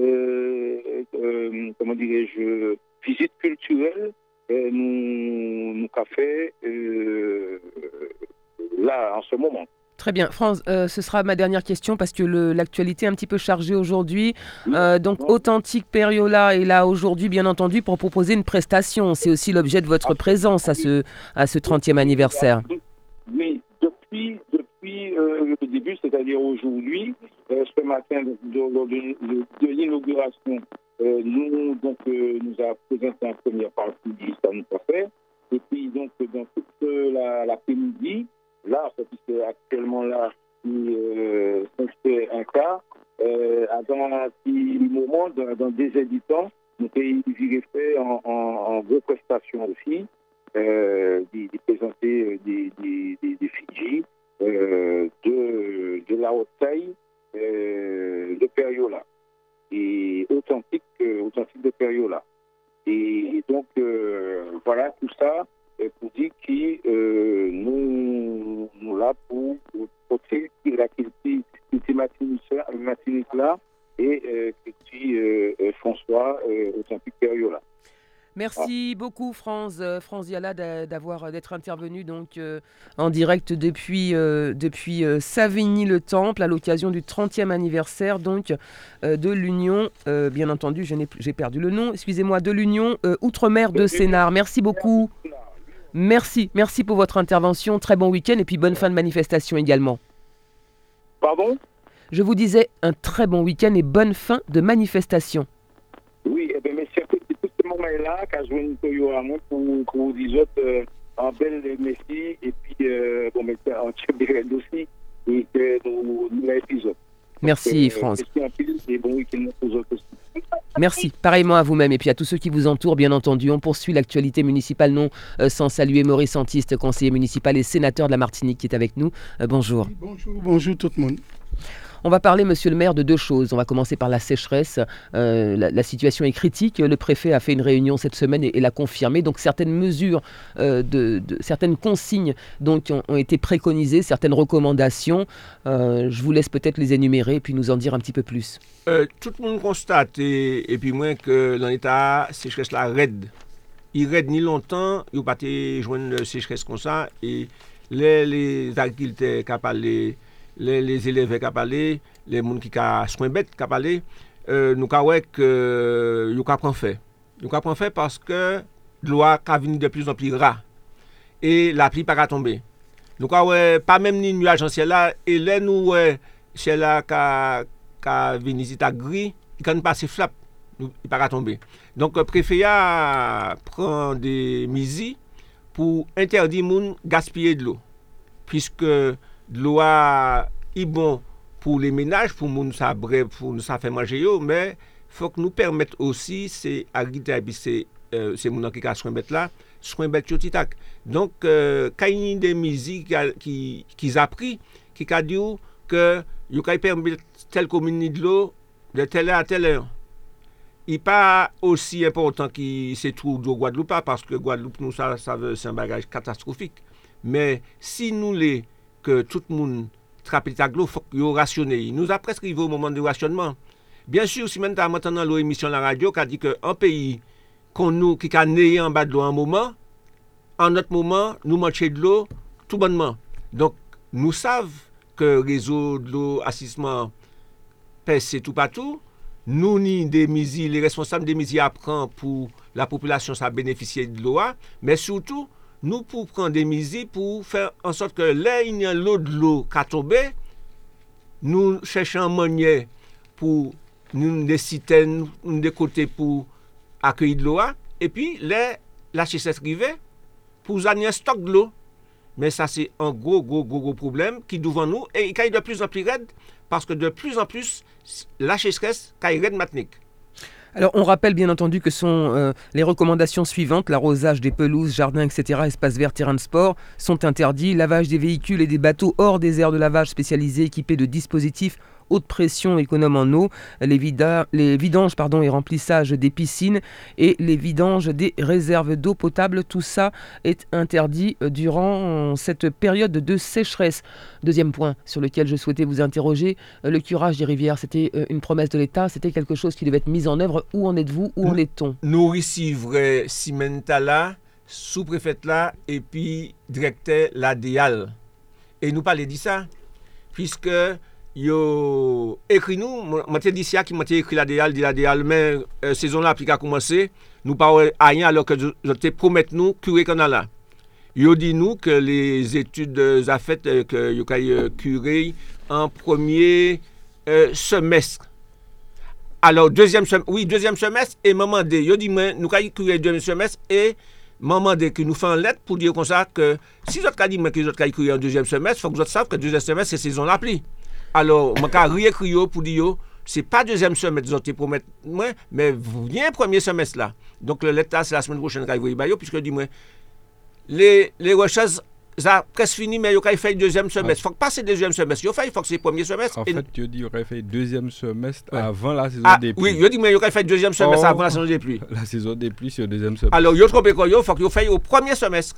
euh, euh, comment dirais-je, visite culturelle, euh, nous, nous qu'a fait euh, là, en ce moment.
Très bien. France, euh, ce sera ma dernière question parce que le, l'actualité est un petit peu chargée aujourd'hui. Euh, donc, Authentique Periola est là aujourd'hui, bien entendu, pour proposer une prestation. C'est aussi l'objet de votre présence à ce, à ce trentième anniversaire.
Oui, depuis, depuis euh, le début, c'est-à-dire aujourd'hui, euh, ce matin, de, de, de, de l'inauguration, euh, nous, donc, euh, nous a présenté en première partie du ça nous a fait. Et puis, donc, dans toute la, l'après-midi, là, c'est actuellement là, il euh, fait un cas, euh, dans un petit moment, dans, dans des éditants, nous avons fait en, en, en gros prestation aussi, euh, de, de présenter des, des, des, des Fidji euh, de, de la haute taille euh, de Periola, et authentique, euh, authentique de Periola. Et, et donc, euh, voilà, tout ça pour dire que euh, nous, nous là pour porter la culture matinique là et euh, culture euh, François euh, Authentique Periola.
Merci ah. beaucoup France, euh, France Diala d'avoir d'être intervenu donc euh, en direct depuis euh, depuis euh, Savigny-le-Temple à l'occasion du trentième anniversaire donc euh, de l'Union, euh, bien entendu, je n'ai j'ai perdu le nom, excusez-moi, de l'Union euh, Outre-mer de Sénart. Merci beaucoup. Merci, merci pour votre intervention. Très bon week-end et puis bonne fin de manifestation également.
Pardon ?
Je vous disais un très bon week-end et bonne fin de manifestation.
Oui, eh bien, merci à tous ces moments-là, quand je viens de vous pour, pour vous dire euh, un bel merci et puis, euh, bon, mais en Tchèque aussi, et que nous, nous l'épisode.
Merci,
euh,
France.
Merci et bon week-end pour vous aussi.
Merci, pareillement à vous-même et puis à tous ceux qui vous entourent, bien entendu. On poursuit l'actualité municipale, non euh, sans saluer Maurice Santiste, conseiller municipal et sénateur de la Martinique qui est avec nous. Euh, bonjour.
Oui, bonjour, bonjour tout le monde.
On va parler, monsieur le maire, de deux choses. On va commencer par la sécheresse. Euh, la, la situation est critique. Le préfet a fait une réunion cette semaine et, et l'a confirmé. Donc certaines mesures, euh, de, de, certaines consignes donc, ont, ont été préconisées, certaines recommandations. Euh, je vous laisse peut-être les énumérer et puis nous en dire un petit peu plus.
Euh, tout le monde constate, et, et puis moins que dans l'état, sécheresse là raide. Il raide ni longtemps, il n'y a pas de joindre une sécheresse comme ça. Et les, les agriculteurs qui ont parlé, les, les élèves qui ont parlé, les gens qui ont soin bête qui ont parlé, euh, nous avons que nous avons fait. Nous avons fait parce que l'eau a venu de plus en plus rare et la pluie n'a pas tombé. Nous avons pas même ni nuage en ciel là, et là nous ciel là qui a venu ici à gris, il quand passe flap, il n'a pas tombé. Donc le préfet prend des mesures pour interdire moun gaspiller de l'eau, puisque l'eau est bon pour les ménages, pour moun ça bref, pour nous ça fait manger yo, mais faut que nous permettre aussi ces agriculteurs et ces euh, ces moun qui a soin bête là, soin bête yo titac. Donc euh, quand il y a des mesures qui qui a pris qui a dit que yo kay permettre telle commune de l'eau de telle heure à telle heure. Il n'est pas aussi important que c'est tout de Guadeloupe, parce que Guadeloupe, nous, ça, ça veut, c'est un bagage catastrophique. Mais si nous les, que tout le monde trappe l'eau, il faut qu'il rationne. Nous avons presque arrivé au moment du rationnement. Bien sûr, si maintenant maintenant l'émission de la radio qui a dit qu'un pays qu'on nous, qui a né en bas de l'eau un moment, en autre moment, nous mangeons de l'eau tout bonnement. Donc, nous savons que le réseau de l'eau, assistement, pèse tout partout. Nous, ni des mesures, les responsables des mesures apprennent pour la population ça bénéficier de l'eau, mais surtout, nous pour prendre des mesures pour faire en sorte que là, il y a l'eau de l'eau qui a tombé, nous cherchons un moyen pour nous des citernes, des côtés pour accueillir de l'eau, et puis là, la sécheresse arrivée pour amener un stock de l'eau. Mais ça, c'est un gros, gros, gros, gros problème qui est devant nous et qui est de plus en plus raide parce que de plus en plus, la sécheresse est raide matinique.
Alors, on rappelle bien entendu que sont euh, les recommandations suivantes, l'arrosage des pelouses, jardins, et cetera, espaces verts, terrains de sport, sont interdits, lavage des véhicules et des bateaux hors des aires de lavage spécialisées équipés de dispositifs haute pression économe en eau, les, vida- les vidanges pardon, et remplissages des piscines et les vidanges des réserves d'eau potable. Tout ça est interdit durant cette période de sécheresse. Deuxième point sur lequel je souhaitais vous interroger, le curage des rivières, c'était une promesse de l'État, c'était quelque chose qui devait être mis en œuvre. Où en êtes-vous? Où en est-on?
Nous recevons Simenta là, sous-préfète là, et puis directeur la D I A L. Et nous parlons de ça, puisque yo écrit nous, moi t'ai dit ça qui m'a écrit la D I A L, dit la D I A L, mais euh, saison là puis a commencé, nous parlons à rien alors que je, je te promets nous curer qu'on a là. Yo dit nous que les études a faites euh, que yo kay curer en premier euh, semestre. Alors deuxième semestre, oui deuxième semestre et maman de yo dit moi nous kay curer deuxième semestre et maman de que nous fait une lettre pour dire comme ça que si vous avez dit que vous avez curer en deuxième semestre, il faut que vous sachiez que deuxième semestre c'est saison la pluie. Alors, je vais réécrire pour dire ce n'est pas deuxième semestre, vous avez promis, mais vous venez premier semestre là. Donc, le lettre c'est la semaine prochaine qu'il va y puisque dis-moi, les, les recherches ça presque fini, mais il faut faire deuxième semestre. Il faut que passer deuxième semestre. Il faut que c'est premier semestre.
En et... fait, tu dis qu'il aurait fait deuxième semestre ouais. avant la saison
ah,
des pluies.
Oui, je dis mais il aurait fait deuxième semestre oh, avant la saison des pluies.
La saison des pluies, c'est le deuxième semestre.
Alors, il faut que vous fassiez au premier semestre.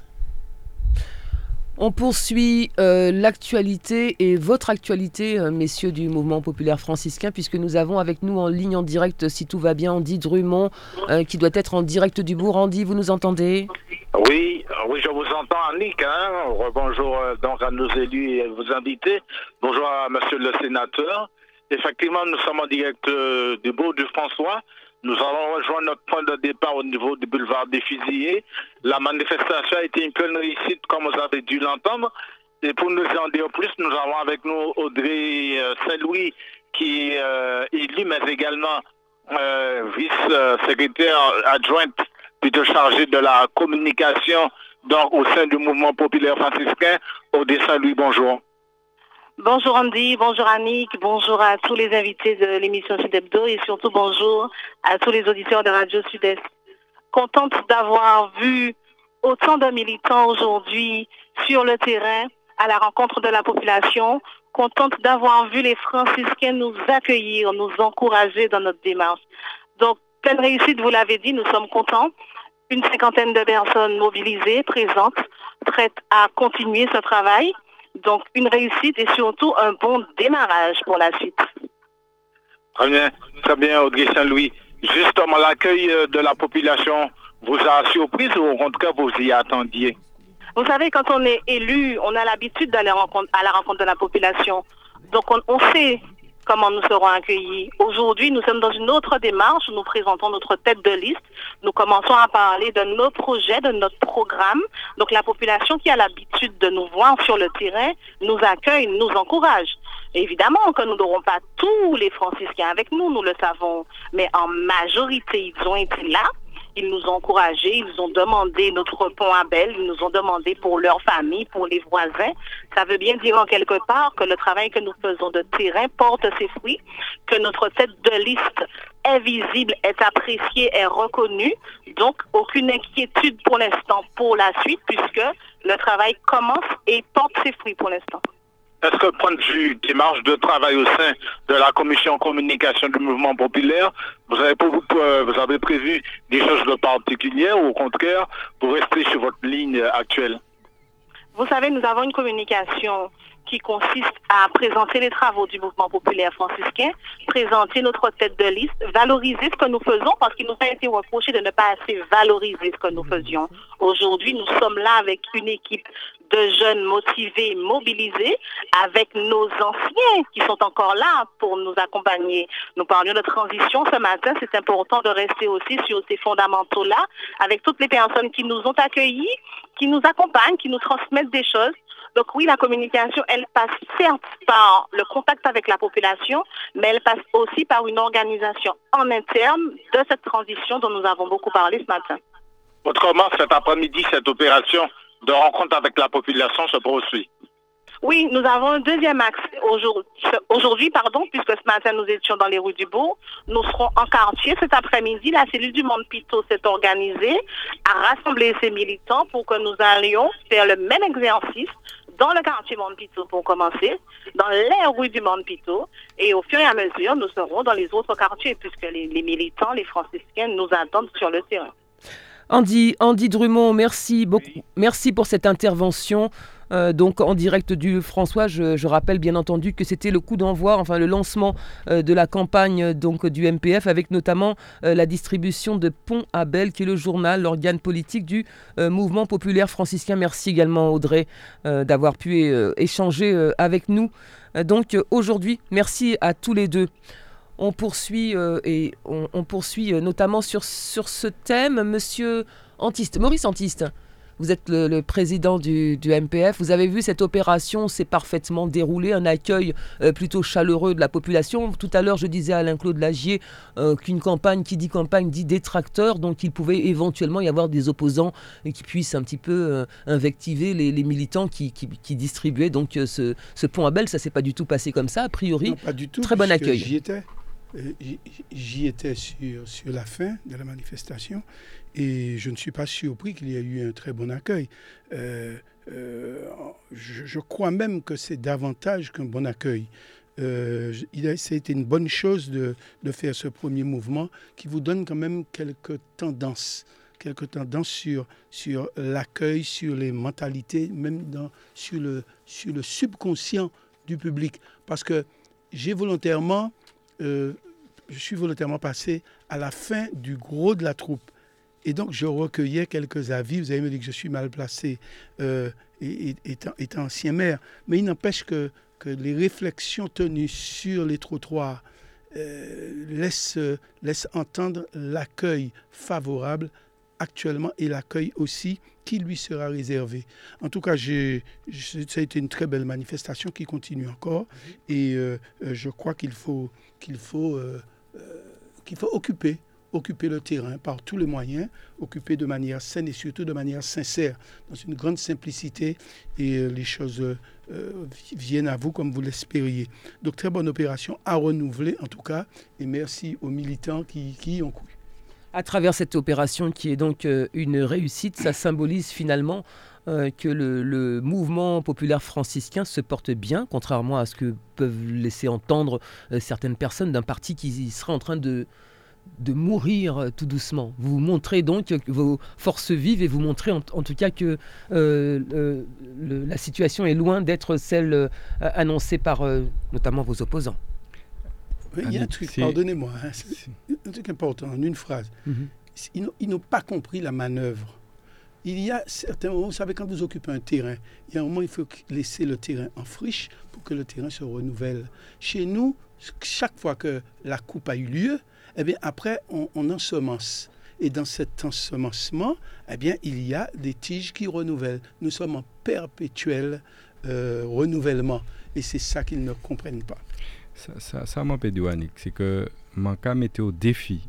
On poursuit euh, l'actualité et votre actualité, euh, messieurs du mouvement populaire franciscain, puisque nous avons avec nous en ligne en direct, si tout va bien, Andy Drummond, euh, qui doit être en direct du bourg. Andy, vous nous entendez?
Oui, oui, je vous entends, Annick. Hein. Bonjour euh, donc à nos élus et vos invités. Bonjour à monsieur le sénateur. Effectivement, nous sommes en direct euh, du bourg du François. Nous allons rejoindre notre point de départ au niveau du boulevard des Fusillés. La manifestation a été une pleine réussite, comme vous avez dû l'entendre. Et pour nous en dire plus, nous avons avec nous Audrey Saint-Louis, qui est euh, élue, mais également euh, vice-secrétaire adjointe, plutôt chargée de la communication donc, au sein du mouvement populaire franciscain. Audrey Saint-Louis, bonjour.
Bonjour Andy, bonjour Annick, bonjour à tous les invités de l'émission Sud Hebdo et surtout bonjour à tous les auditeurs de Radio Sud-Est. Contente d'avoir vu autant de militants aujourd'hui sur le terrain à la rencontre de la population, contente d'avoir vu les franciscains nous accueillir, nous encourager dans notre démarche. Donc, pleine réussite, vous l'avez dit, nous sommes contents. Une cinquantaine de personnes mobilisées, présentes, prêtes à continuer ce travail. Donc, une réussite et surtout un bon démarrage pour la suite.
Très bien, très bien, Audrey Saint-Louis. Justement, l'accueil de la population vous a surpris ou au contraire vous y attendiez?
Vous savez, quand on est élu, on a l'habitude d'aller à la rencontre de la population. Donc, on, on sait comment nous serons accueillis. Aujourd'hui, nous sommes dans une autre démarche. Nous présentons notre tête de liste. Nous commençons à parler de nos projets, de notre programme. Donc, la population qui a l'habitude de nous voir sur le terrain nous accueille, nous encourage. Évidemment que nous n'aurons pas tous les franciscains avec nous, nous le savons. Mais en majorité, ils ont été là. Ils nous ont encouragés, ils ont demandé notre pont à Belle, ils nous ont demandé pour leur famille, pour les voisins. Ça veut bien dire en quelque part que le travail que nous faisons de terrain porte ses fruits, que notre tête de liste est visible, est appréciée, est reconnue. Donc, aucune inquiétude pour l'instant pour la suite, puisque le travail commence et porte ses fruits pour l'instant.
Est-ce que, point de vue démarche de travail au sein de la commission communication du mouvement populaire, vous avez, vous avez prévu des choses de particulières ou au contraire, vous restez sur votre ligne actuelle?
Vous savez, nous avons une communication qui consiste à présenter les travaux du mouvement populaire franciscain, présenter notre tête de liste, valoriser ce que nous faisons, parce qu'il nous a été reproché de ne pas assez valoriser ce que nous faisions. Aujourd'hui, nous sommes là avec une équipe de jeunes motivés, mobilisés, avec nos anciens qui sont encore là pour nous accompagner. Nous parlions de transition ce matin, c'est important de rester aussi sur ces fondamentaux-là, avec toutes les personnes qui nous ont accueillis, qui nous accompagnent, qui nous transmettent des choses. Donc oui, la communication, elle passe certes par le contact avec la population, mais elle passe aussi par une organisation en interne de cette transition dont nous avons beaucoup parlé ce matin.
Autrement, cet après-midi, cette opération de rencontre avec la population se poursuit.
Oui, nous avons un deuxième axe aujourd'hui, pardon, puisque ce matin nous étions dans les rues du Bourg. Nous serons en quartier cet après-midi. La cellule du Monde Pito s'est organisée à rassembler ses militants pour que nous allions faire le même exercice dans le quartier Montpito pour commencer, dans les rues du Montpito, et au fur et à mesure, nous serons dans les autres quartiers, puisque les, les militants, les franciscains nous attendent sur le terrain.
Andy, Andy Drummond, merci beaucoup. Oui. Merci pour cette intervention. Euh, donc en direct du François, je, je rappelle bien entendu que c'était le coup d'envoi, enfin le lancement euh, de la campagne donc du M P F, avec notamment euh, la distribution de Pont Abel, qui est le journal, l'organe politique du euh, mouvement populaire franciscain. Merci également Audrey euh, d'avoir pu euh, échanger euh, avec nous. Euh, donc euh, aujourd'hui, merci à tous les deux. On poursuit euh, et on, on poursuit euh, notamment sur, sur ce thème. Monsieur Antiste, Maurice Antiste, vous êtes le, le président du, du M P F. Vous avez vu cette opération s'est parfaitement déroulée, un accueil euh, plutôt chaleureux de la population. Tout à l'heure, je disais à Alain-Claude Lagier euh, qu'une campagne, qui dit campagne, dit détracteur. Donc, il pouvait éventuellement y avoir des opposants qui puissent un petit peu euh, invectiver les, les militants qui, qui, qui distribuaient donc euh, ce, ce pont Abel. Ça ne s'est pas du tout passé comme ça. A priori,
non, pas du tout,
très bon accueil.
J'y étais. J'y étais sur, sur la fin de la manifestation et je ne suis pas surpris qu'il y ait eu un très bon accueil. Euh, euh, je, je crois même que c'est davantage qu'un bon accueil. Euh, il a, ça a été une bonne chose de, de faire ce premier mouvement qui vous donne quand même quelques tendances, quelques tendances sur, sur l'accueil, sur les mentalités, même dans, sur, le, sur le subconscient du public. Parce que j'ai volontairement... Euh, je suis volontairement passé à la fin du gros de la troupe. Et donc, je recueillais quelques avis. Vous allez me dire que je suis mal placé, euh, et, et, étant, étant ancien maire. Mais il n'empêche que, que les réflexions tenues sur les trottoirs euh, laissent, laissent entendre l'accueil favorable actuellement et l'accueil aussi qui lui sera réservé. En tout cas, j'ai, ça a été une très belle manifestation qui continue encore. Et euh, je crois qu'il faut, qu'il faut, euh, euh, qu'il faut occuper, occuper le terrain par tous les moyens, occuper de manière saine et surtout de manière sincère, dans une grande simplicité, et euh, les choses euh, viennent à vous comme vous l'espériez. Donc, très bonne opération à renouveler en tout cas, et merci aux militants qui, qui y ont cru.
À travers cette opération qui est donc euh, une réussite, ça symbolise finalement euh, que le, le mouvement populaire franciscain se porte bien, contrairement à ce que peuvent laisser entendre euh, certaines personnes d'un parti qui serait en train de, de mourir euh, tout doucement. Vous montrez donc vos forces vives et vous montrez en, en tout cas que euh, le, le, la situation est loin d'être celle euh, annoncée par euh, notamment vos opposants.
Oui, il y a un truc, pardonnez-moi, hein, c'est un truc important, en une phrase. Mm-hmm. Ils, ils n'ont pas compris la manœuvre. Il y a certains moments, vous savez, quand vous occupez un terrain, il y a un moment où il faut laisser le terrain en friche pour que le terrain se renouvelle. Chez nous, chaque fois que la coupe a eu lieu, eh bien, après, on, on ensemence. Et dans cet ensemencement, eh bien, il y a des tiges qui renouvellent. Nous sommes en perpétuel euh, renouvellement. Et c'est ça qu'ils ne comprennent pas.
Ça, ça, ça m'a pédé, Annick. C'est que je mettais au défi.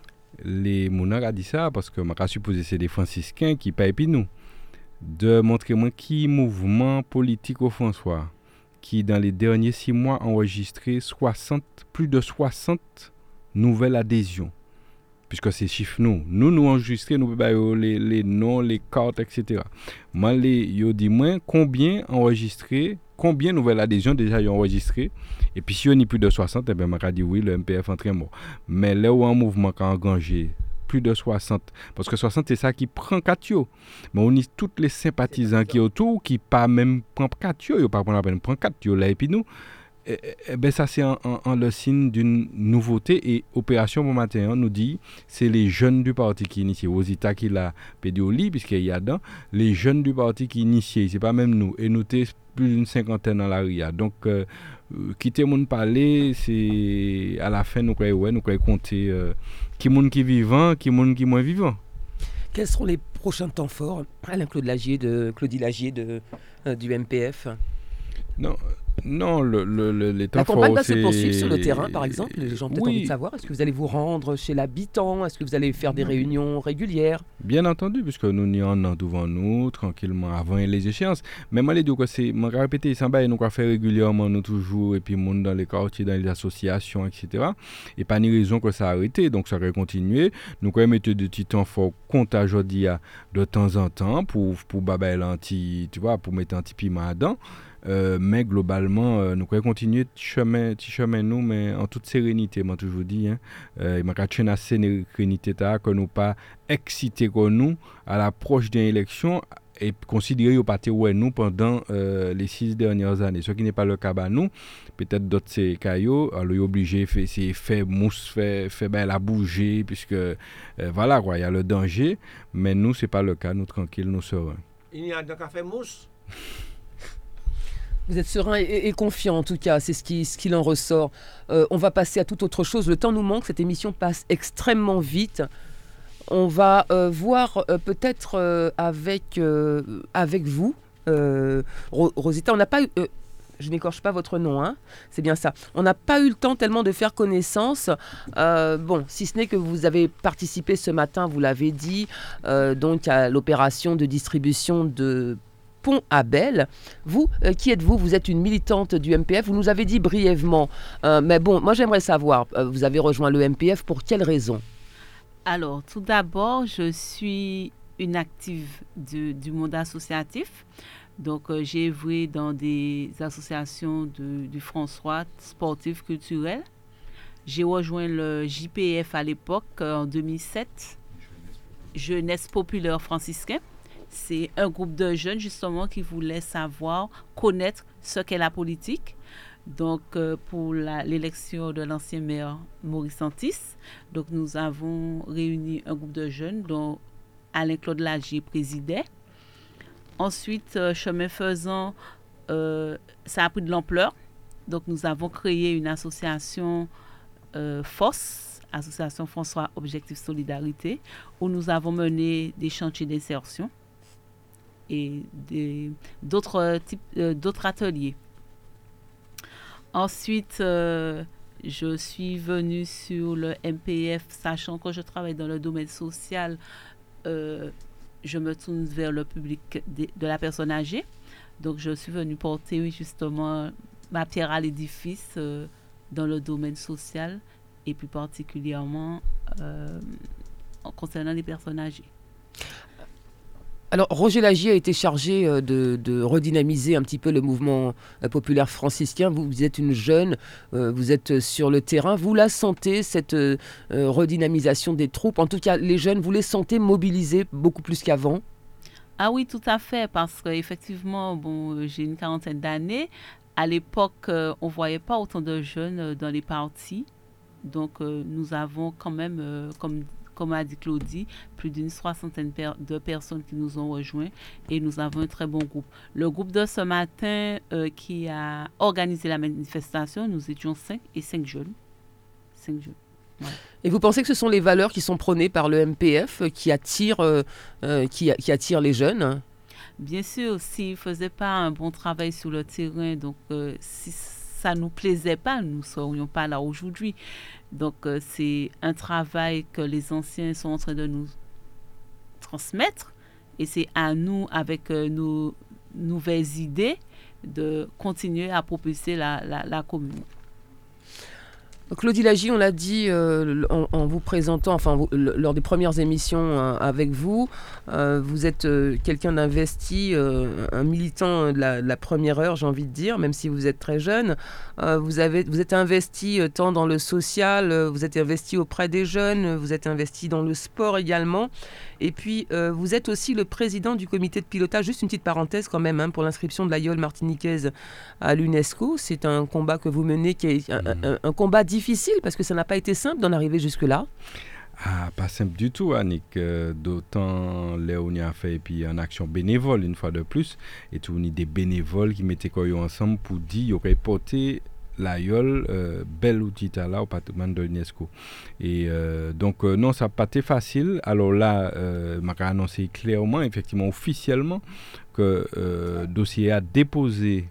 Les mounars a dit ça parce que je supposé c'est des franciscains qui payent puis nous. De montrer moi qui mouvement politique au François qui dans les derniers six mois a enregistré soixante, plus de soixante nouvelles adhésions. Puisque c'est chiffre nous. Nous, nous enregistrons, nous pouvons les, les noms, les cartes, et cetera. Moi, je dis moi combien enregistré, combien de nouvelles adhésions déjà ils ont enregistré. Et puis si on est plus de soixante, eh bien, je vais dire oui, le M P F est en train mort. Mais là où un mouvement qui a engagé plus de soixante, parce que soixante c'est ça qui prend quatre. Mais on a tous les sympathisants qui sont autour, qui pas même prend quatre, ils ne prennent pas la peine de prendre quatre là. Et puis nous, eh, eh ben ça c'est en, en, en le signe d'une nouveauté. Et Opération Bon Matin on nous dit c'est les jeunes du parti qui initient. Osita qui l'a pédioli puisqu'il y a dedans les jeunes du parti qui initient, c'est pas même nous. Et nous sommes plus d'une cinquantaine dans la R I A. Donc euh, quitter mon parler, c'est à la fin nous croyons ouais, nous croyons compter euh, qui monde qui vivant, qui monde qui moins vivant.
Quels seront les prochains temps forts, Alain-Claude Lagier de Claudie Lagier de euh, du M P F?
Non, Non, le, le, le, les temps
La campagne
forts,
va se
c'est-
poursuivre sur le terrain, par exemple. Les gens ont peut-être
Oui.
envie de savoir, est-ce que vous allez vous rendre chez l'habitant? Est-ce que vous allez faire des réunions régulières?
Bien entendu, puisque nous n'y en avons devant nous, tranquillement, avant les échéances. Mais moi, les deux, quoi, c'est, moi, répéter, ça va, nous, quoi, faire régulièrement, nous, toujours, et puis, monde dans les quartiers, dans les associations, et cetera. Et pas ni raison que ça a arrêté, donc ça va continuer. Nous, quand même, mettre des petits temps forts, compte à aujourd'hui, de temps en temps, pour, pour, baber l'anti, tu vois, pour mettre un petit piment dedans. Euh, mais globalement, euh, nous pouvons continuer petit chemin, petit chemin nous, mais en toute sérénité, moi toujours dit. Hein. Euh, il m'a qu'à une sérénité que nous pas excité comme nous à l'approche d'une élection et considérer au parti où nous pendant euh, les six dernières années. Ce qui n'est pas le cas, bah, nous, peut-être d'autres c'est caillots, alors ils obligé faire c'est faire mousse, faire faire ben la bouger puisque euh, voilà quoi, il y a le danger. Mais nous c'est pas le cas, nous tranquilles, nous sereins.
Il y a donc à faire mousse.
Vous êtes serein et, et confiant, en tout cas, c'est ce qui, ce qu'il en ressort. Euh, on va passer à toute autre chose. Le temps nous manque, cette émission passe extrêmement vite. On va euh, voir euh, peut-être euh, avec, euh, avec vous, euh, Ro- Rosita, on n'a pas eu... euh, je n'écorche pas votre nom, hein, c'est bien ça. On n'a pas eu le temps tellement de faire connaissance. Euh, bon, si ce n'est que vous avez participé ce matin, vous l'avez dit, euh, donc à l'opération de distribution de Pont Abel. Vous, euh, qui êtes-vous? Vous êtes une militante du M P F. Vous nous avez dit brièvement. Euh, mais bon, moi j'aimerais savoir, euh, vous avez rejoint le M P F pour quelles raisons?
Alors, tout d'abord, je suis une active de- du monde associatif. Donc, euh, j'ai œuvré dans des associations de- du François sportives culturelles. J'ai rejoint le J P F à l'époque, euh, en deux mille sept, Jeunesse populaire franciscain. C'est un groupe de jeunes, justement, qui voulaient savoir, connaître ce qu'est la politique. Donc, euh, pour la- l'élection de l'ancien maire Maurice Santis, donc nous avons réuni un groupe de jeunes dont Alain-Claude Lagier présidait. Ensuite, euh, chemin faisant, euh, ça a pris de l'ampleur. Donc, nous avons créé une association euh, F O S, Association François Objectif Solidarité, où nous avons mené des chantiers d'insertion et des- d'autres euh, types, euh, d'autres ateliers. Ensuite, euh, je suis venue sur le M P F, sachant que je travaille dans le domaine social. euh, je me tourne vers le public de, de la personne âgée. Donc, je suis venue porter, oui, justement, ma pierre à l'édifice euh, dans le domaine social et plus particulièrement euh, en concernant les personnes âgées.
Alors, Roger Lagier a été chargé euh, de, de redynamiser un petit peu le mouvement euh, populaire franciscain. Vous, vous êtes une jeune, euh, vous êtes sur le terrain. Vous la sentez, cette euh, euh, redynamisation des troupes? En tout cas, les jeunes, vous les sentez mobilisés beaucoup plus qu'avant?
Ah oui, tout à fait, parce qu'effectivement, bon, euh, j'ai une quarantaine d'années. À l'époque, euh, on ne voyait pas autant de jeunes euh, dans les partis. Donc, euh, nous avons quand même, euh, comme, comme a dit Claudie, plus d'une soixantaine per- de personnes qui nous ont rejoints et nous avons un très bon groupe. Le groupe de ce matin euh, qui a organisé la manifestation, nous étions cinq et cinq jeunes. Cinq jeunes. Voilà.
Et vous pensez que ce sont les valeurs qui sont prônées par le M P F qui attirent, euh, euh, qui, qui attirent les jeunes?
Bien sûr, s'ils ne faisaient pas un bon travail sur le terrain, donc euh, si ça ne nous plaisait pas, nous ne serions pas là aujourd'hui. Donc euh, c'est un travail que les anciens sont en train de nous transmettre et c'est à nous, avec euh, nos nouvelles idées, de continuer à propulser la, la, la commune.
Claudie Lagier, on l'a dit euh, en, en vous présentant, enfin vous, l- lors des premières émissions euh, avec vous, euh, vous êtes euh, quelqu'un d'investi, euh, un militant de la, de la première heure, j'ai envie de dire, même si vous êtes très jeune. Euh, vous, avez, vous êtes investi euh, tant dans le social, euh, vous êtes investi auprès des jeunes, vous êtes investi dans le sport également. Et puis, euh, vous êtes aussi le président du comité de pilotage, juste une petite parenthèse quand même, hein, pour l'inscription de l'aïeule martiniquaise à l'UNESCO. C'est un combat que vous menez qui est un, un, un combat difficile parce que ça n'a pas été simple d'en arriver jusque-là.
Ah, pas simple du tout, Annick. Euh, d'autant, là, on y a fait et puis en action bénévole, une fois de plus. Et tout, on y des bénévoles qui mettaient quoi ensemble pour dire, aurait porté l'aïeul, euh, bel outil là au patrimoine de l'UNESCO. Et euh, donc, euh, non, ça n'a pas été facile. Alors là, euh, je annoncé clairement, effectivement, officiellement, que le euh, dossier a déposé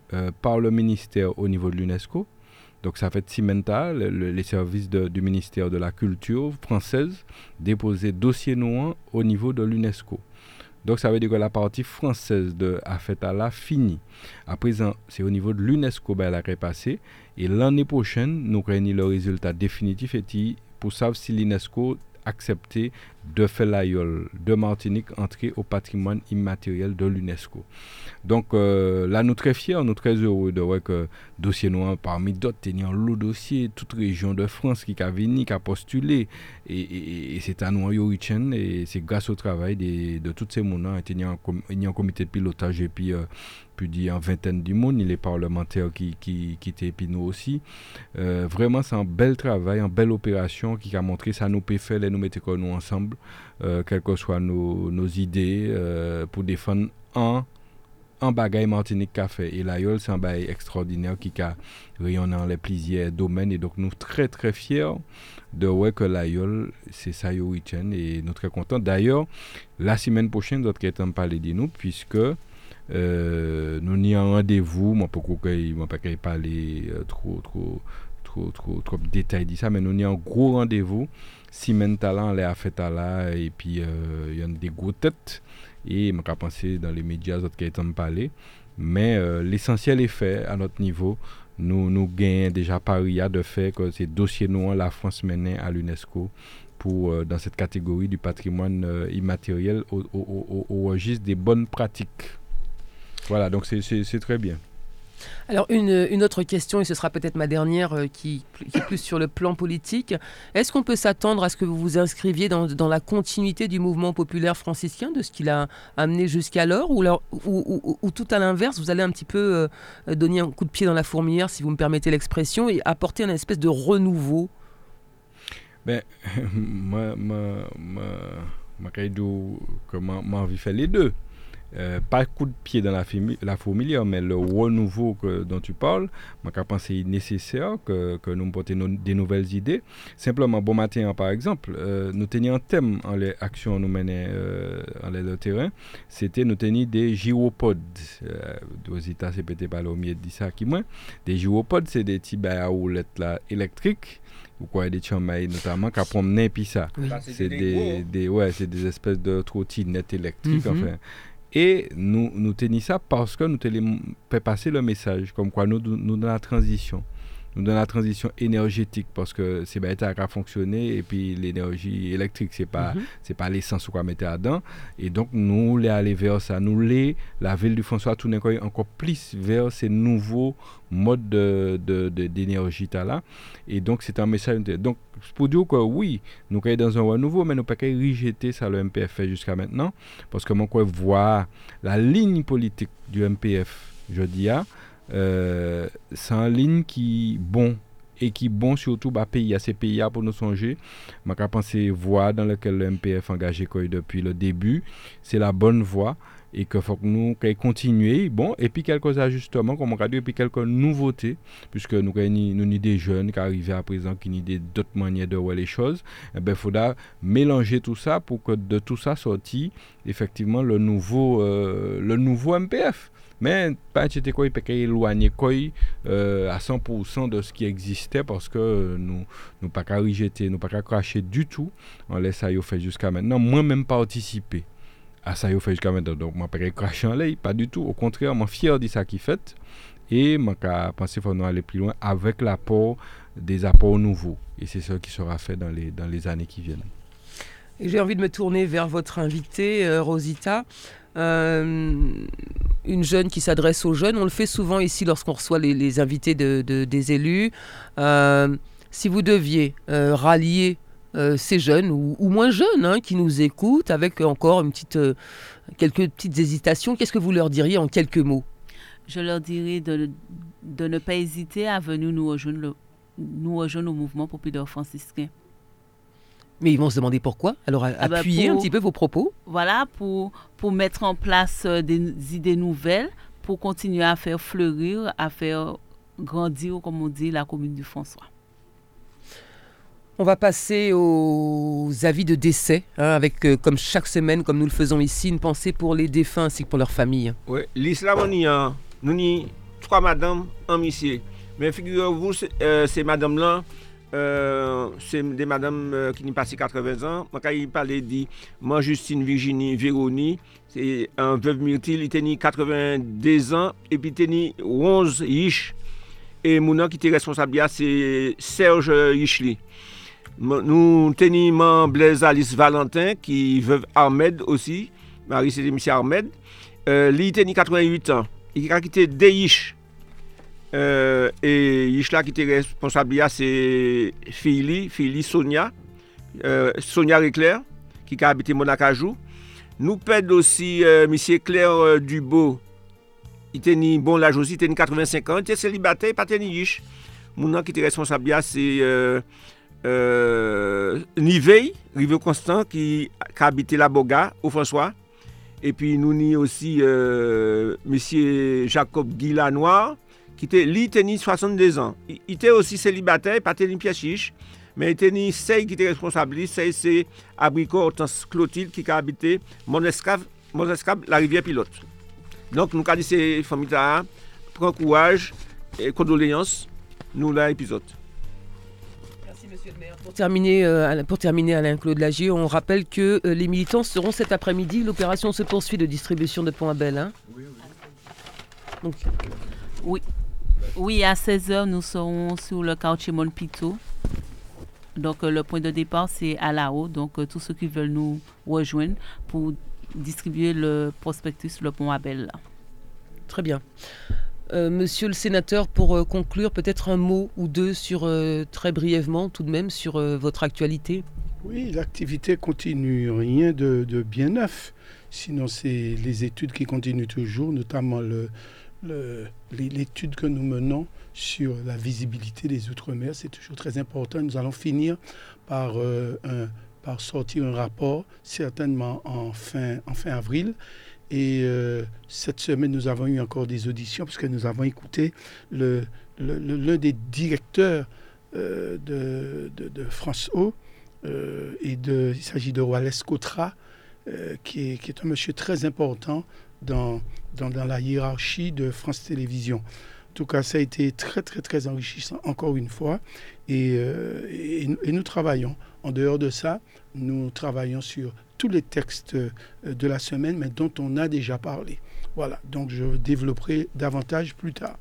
euh, par le ministère au niveau de l'UNESCO. Donc ça fait Cimenta, le, le, les services de, du ministère de la Culture française, déposer dossier noir au niveau de l'UNESCO. Donc ça veut dire que la partie française de Afetala finit. À présent, c'est au niveau de l'UNESCO ben, elle a passé. Et l'année prochaine, nous craignons le résultat définitif et pour savoir si l'UNESCO accepté de faire l'aïeul de Martinique entrer au patrimoine immatériel de l'UNESCO. Donc euh, là, nous sommes très fiers, nous sommes très heureux de voir que dossier noir parmi d'autres, tenant le dossier, toute région de France qui a venu, qui a postulé, et, et, et c'est à nous, et c'est grâce au travail de, de tous ces gens, il y a un, com- un comité de pilotage et puis euh, puis dit en vingtaine du monde, les parlementaires qui qui qui étaient puis nous aussi. Euh, vraiment, c'est un bel travail, une belle opération qui a montré ça nous peut faire, et nous mettre nous ensemble, euh, quelles que soient nos, nos idées, euh, pour défendre un un bagaille Martinique qu'a fait. Et l'aïeul, c'est un bagaille extraordinaire qui a rayonné dans les plusieurs domaines. Et donc, nous sommes très, très fiers de voir que l'aïeul, c'est ça, et nous sommes très contents. D'ailleurs, la semaine prochaine, nous allons parler de nous, puisque euh, nous n'y avons un rendez-vous. Moi, je ne vais pas parler euh, trop, trop, trop, trop, trop de détails de ça, mais nous n'y avons un gros rendez-vous. Cimenta là, on l'a fait là, et puis euh, il y a des gros têtes. Et je vais penser dans les médias autres qui ont parlé. Mais euh, l'essentiel est fait à notre niveau. Nous, nous gagnons déjà pari de fait que ces dossiers noirs, la France menait à l'UNESCO pour, euh, dans cette catégorie du patrimoine euh, immatériel au, au, au, au registre des bonnes pratiques. Voilà, donc c'est, c'est, c'est très bien.
Alors une, une autre question, et ce sera peut-être ma dernière, euh, qui, qui est plus sur le plan politique. Est-ce qu'on peut s'attendre à ce que vous vous inscriviez dans, dans la continuité du mouvement populaire franciscain, de ce qu'il a amené jusqu'alors, ou, ou, ou, ou, ou tout à l'inverse, vous allez un petit peu euh, donner un coup de pied dans la fourmilière, si vous me permettez l'expression, et apporter une espèce de renouveau?
Ben, moi, moi, moi, moi, comment moi envie faire les deux. Euh, pas coup de pied dans la, fimi- la fourmilière, mais le renouveau que, dont tu parles, je pense qu'il est nécessaire que, que nous portions no- des nouvelles idées. Simplement, bon matin, par exemple, euh, nous tenions un thème en les actions nous menaient euh, en le terrain, c'était nous tenions des gyropodes. Euh, aux États, c'est peut-être pas le mieux de ça qui moins. Des gyropodes, c'est des petits bails à roulettes là, électriques. Ou quoi, des chambres notamment qui promenaient puis ça. Oui. C'est, c'est des, des, des, ouais, c'est des espèces de trottinettes électriques, mm-hmm. enfin. Et nous, nous tenons ça parce que nous tenons passer le message, comme quoi nous, nous dans la transition. Nous dans la transition énergétique, parce que c'est bien ça qui a fonctionné, et puis l'énergie électrique, c'est pas, mm-hmm. c'est pas l'essence qu'on mettre dedans. Et donc, nous voulons aller vers ça. Nous voulons, la ville du François, tourner encore plus vers ces nouveaux modes de, de, de, d'énergie là. Et donc, c'est un message. Donc, pour dire que oui, nous sommes dans un renouveau, mais nous ne pouvons pas rejeter ça, le M P F fait jusqu'à maintenant, parce que moi, je vois la ligne politique du M P F, je dis, ah, Euh, c'est une ligne qui bon et qui bon surtout bah pays à ces pays pour nous songer. Ma pensé voie dans laquelle le M P F engagé depuis le début, c'est la bonne voie et que faut que nous continuer bon et puis quelques ajustements comme on a dit et puis quelques nouveautés puisque nous nous ni des jeunes qui arrivent à présent qui ni des d'autres manières de voir les choses. Et ben faudra mélanger tout ça pour que de tout ça sorti effectivement le nouveau euh, le nouveau M P F. Mais pas c'était quoi il peut éloigner quoi euh, à cent pour cent de ce qui existait parce que euh, nous nous pas qu'à rejeter, nous pas qu'à cracher du tout. On laisse ça y fait jusqu'à maintenant, moi même participer à ça y fait jusqu'à maintenant. Donc moi pas qu'à cracher en l'air, pas du tout. Au contraire, moi fier de ça qui fait et moi qu'à penser faut nous aller plus loin avec l'apport des apports nouveaux et c'est ça qui sera fait dans les dans les années qui viennent.
Et j'ai envie de me tourner vers votre invitée euh, Rosita. Euh, une jeune qui s'adresse aux jeunes. On le fait souvent ici lorsqu'on reçoit les, les invités de, de, des élus. Euh, si vous deviez euh, rallier euh, ces jeunes ou, ou moins jeunes hein, qui nous écoutent avec encore une petite, euh, quelques petites hésitations, qu'est-ce que vous leur diriez en quelques mots?
Je leur dirais de, de ne pas hésiter à venir nous rejoindre, le, nous rejoindre au mouvement populaire franciscain.
Mais ils vont se demander pourquoi. Alors, appuyez eh ben pour, un petit peu vos propos.
Voilà, pour, pour mettre en place euh, des idées nouvelles, pour continuer à faire fleurir, à faire grandir, comme on dit, la commune du François.
On va passer aux avis de décès, hein, avec, euh, comme chaque semaine, comme nous le faisons ici, une pensée pour les défunts ainsi que pour leurs familles.
Oui, l'islam, nous avons trois madames en missier. Mais figurez-vous, c'est, euh, ces madames-là, euh, c'est des madames euh, qui n'ont pas passé quatre-vingts ans. Quand il parlait, dit, moi, Justine, Virginie, Véronique, c'est un veuve Myrtille, il tenait quatre-vingt-deux ans, et puis il tenait onze riches. Et mon qui était responsable, c'est Serge Richely. Nous tenons Blaise Alice Valentin, qui veuve Ahmed aussi. Marie, c'était M. Ahmed. Euh, lui, il tenait quatre-vingt-huit ans. Il a quitté des riches. Euh, et Ishla qui était responsable, c'est Fili, Fili Sonia, euh, Sonia Reclair, qui a habité Monacajou. Nous perdons aussi euh, M. Claire euh, Dubo. Il était bon l'âge aussi, il était quatre-vingt-cinq ans, il était célibataire, pas tenu riche. Mon nom qui était responsable, c'est euh, euh, Nivey, Rive Constant, qui, qui a habité la Boga, au François. Et puis nous avons aussi euh, M. Jacob Guy Lanoir, qui était lui, tenu soixante-deux ans. Il, il était aussi célibataire, pas tenu pièce chiche, mais il tenu Sey qui était responsable. Sey, c'est Abricot Hortense Clotilde qui a habité Monescave, Monescave, la rivière Pilote. Donc, nous avons dit ces familles-là, prends courage et condoléances, nous, là, épisode.
Merci, monsieur le maire. Pour terminer, euh, pour terminer Alain-Claude Lagier, on rappelle que euh, les militants seront cet après-midi. L'opération se poursuit de distribution de Pont Abel. Hein. Oui, oui. Donc,
oui. Oui, à seize heures, nous serons sur le quartier Montpito. Donc, euh, le point de départ, c'est à la haut. Donc, euh, tous ceux qui veulent nous rejoindre pour distribuer le prospectus sur le Pont Abel.
Très bien. Euh, monsieur le sénateur, pour euh, conclure, peut-être un mot ou deux sur, euh, très brièvement, tout de même, sur euh, votre actualité.
Oui, l'activité continue. Rien de, de bien neuf. Sinon, c'est les études qui continuent toujours, notamment le... Le, l'étude que nous menons sur la visibilité des Outre-mer, c'est toujours très important. Nous allons finir par, euh, un, par sortir un rapport, certainement en fin, en fin avril. Et euh, cette semaine, nous avons eu encore des auditions, parce que nous avons écouté le, le, le, l'un des directeurs euh, de, de, de France O, euh, et de, il s'agit de Wallace Cotra, euh, qui, est, qui est un monsieur très important dans... Dans, dans la hiérarchie de France Télévisions. En tout cas, ça a été très, très, très enrichissant, encore une fois. Et, euh, et, et nous travaillons. En dehors de ça, nous travaillons sur tous les textes de la semaine, mais dont on a déjà parlé. Voilà, donc je développerai davantage plus tard.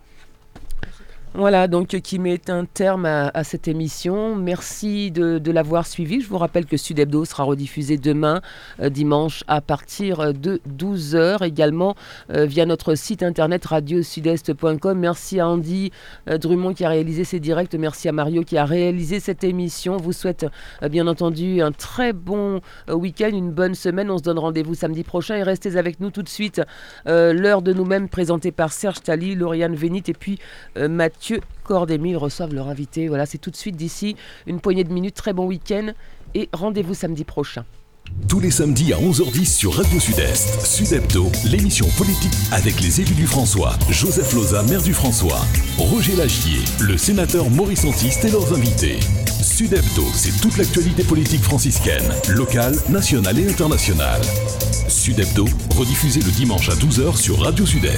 Voilà, donc qui met un terme à, à cette émission. Merci de, de l'avoir suivi. Je vous rappelle que Sud Hebdo sera rediffusé demain, euh, dimanche, à partir de douze heures, également euh, via notre site internet radio sud est point com. Merci à Andy euh, Drummond qui a réalisé ces directs. Merci à Mario qui a réalisé cette émission. Je vous souhaite euh, bien entendu un très bon euh, week-end, une bonne semaine. On se donne rendez-vous samedi prochain et restez avec nous tout de suite. Euh, l'heure de nous-mêmes présentée par Serge Tally, Lauriane Vénit et puis euh, Mathieu Mathieu Cordémy, ils reçoivent leur invité. Voilà, c'est tout de suite d'ici une poignée de minutes. Très bon week-end et rendez-vous samedi prochain.
Tous les samedis à onze heures dix sur Radio Sud-Est, Sud Hebdo, l'émission politique avec les élus du François, Joseph Loza, maire du François, Roger Lagier, le sénateur Maurice Antiste et leurs invités. Sud Hebdo, c'est toute l'actualité politique franciscaine, locale, nationale et internationale. Sud Hebdo, rediffusé le dimanche à douze heures sur Radio Sud-Est.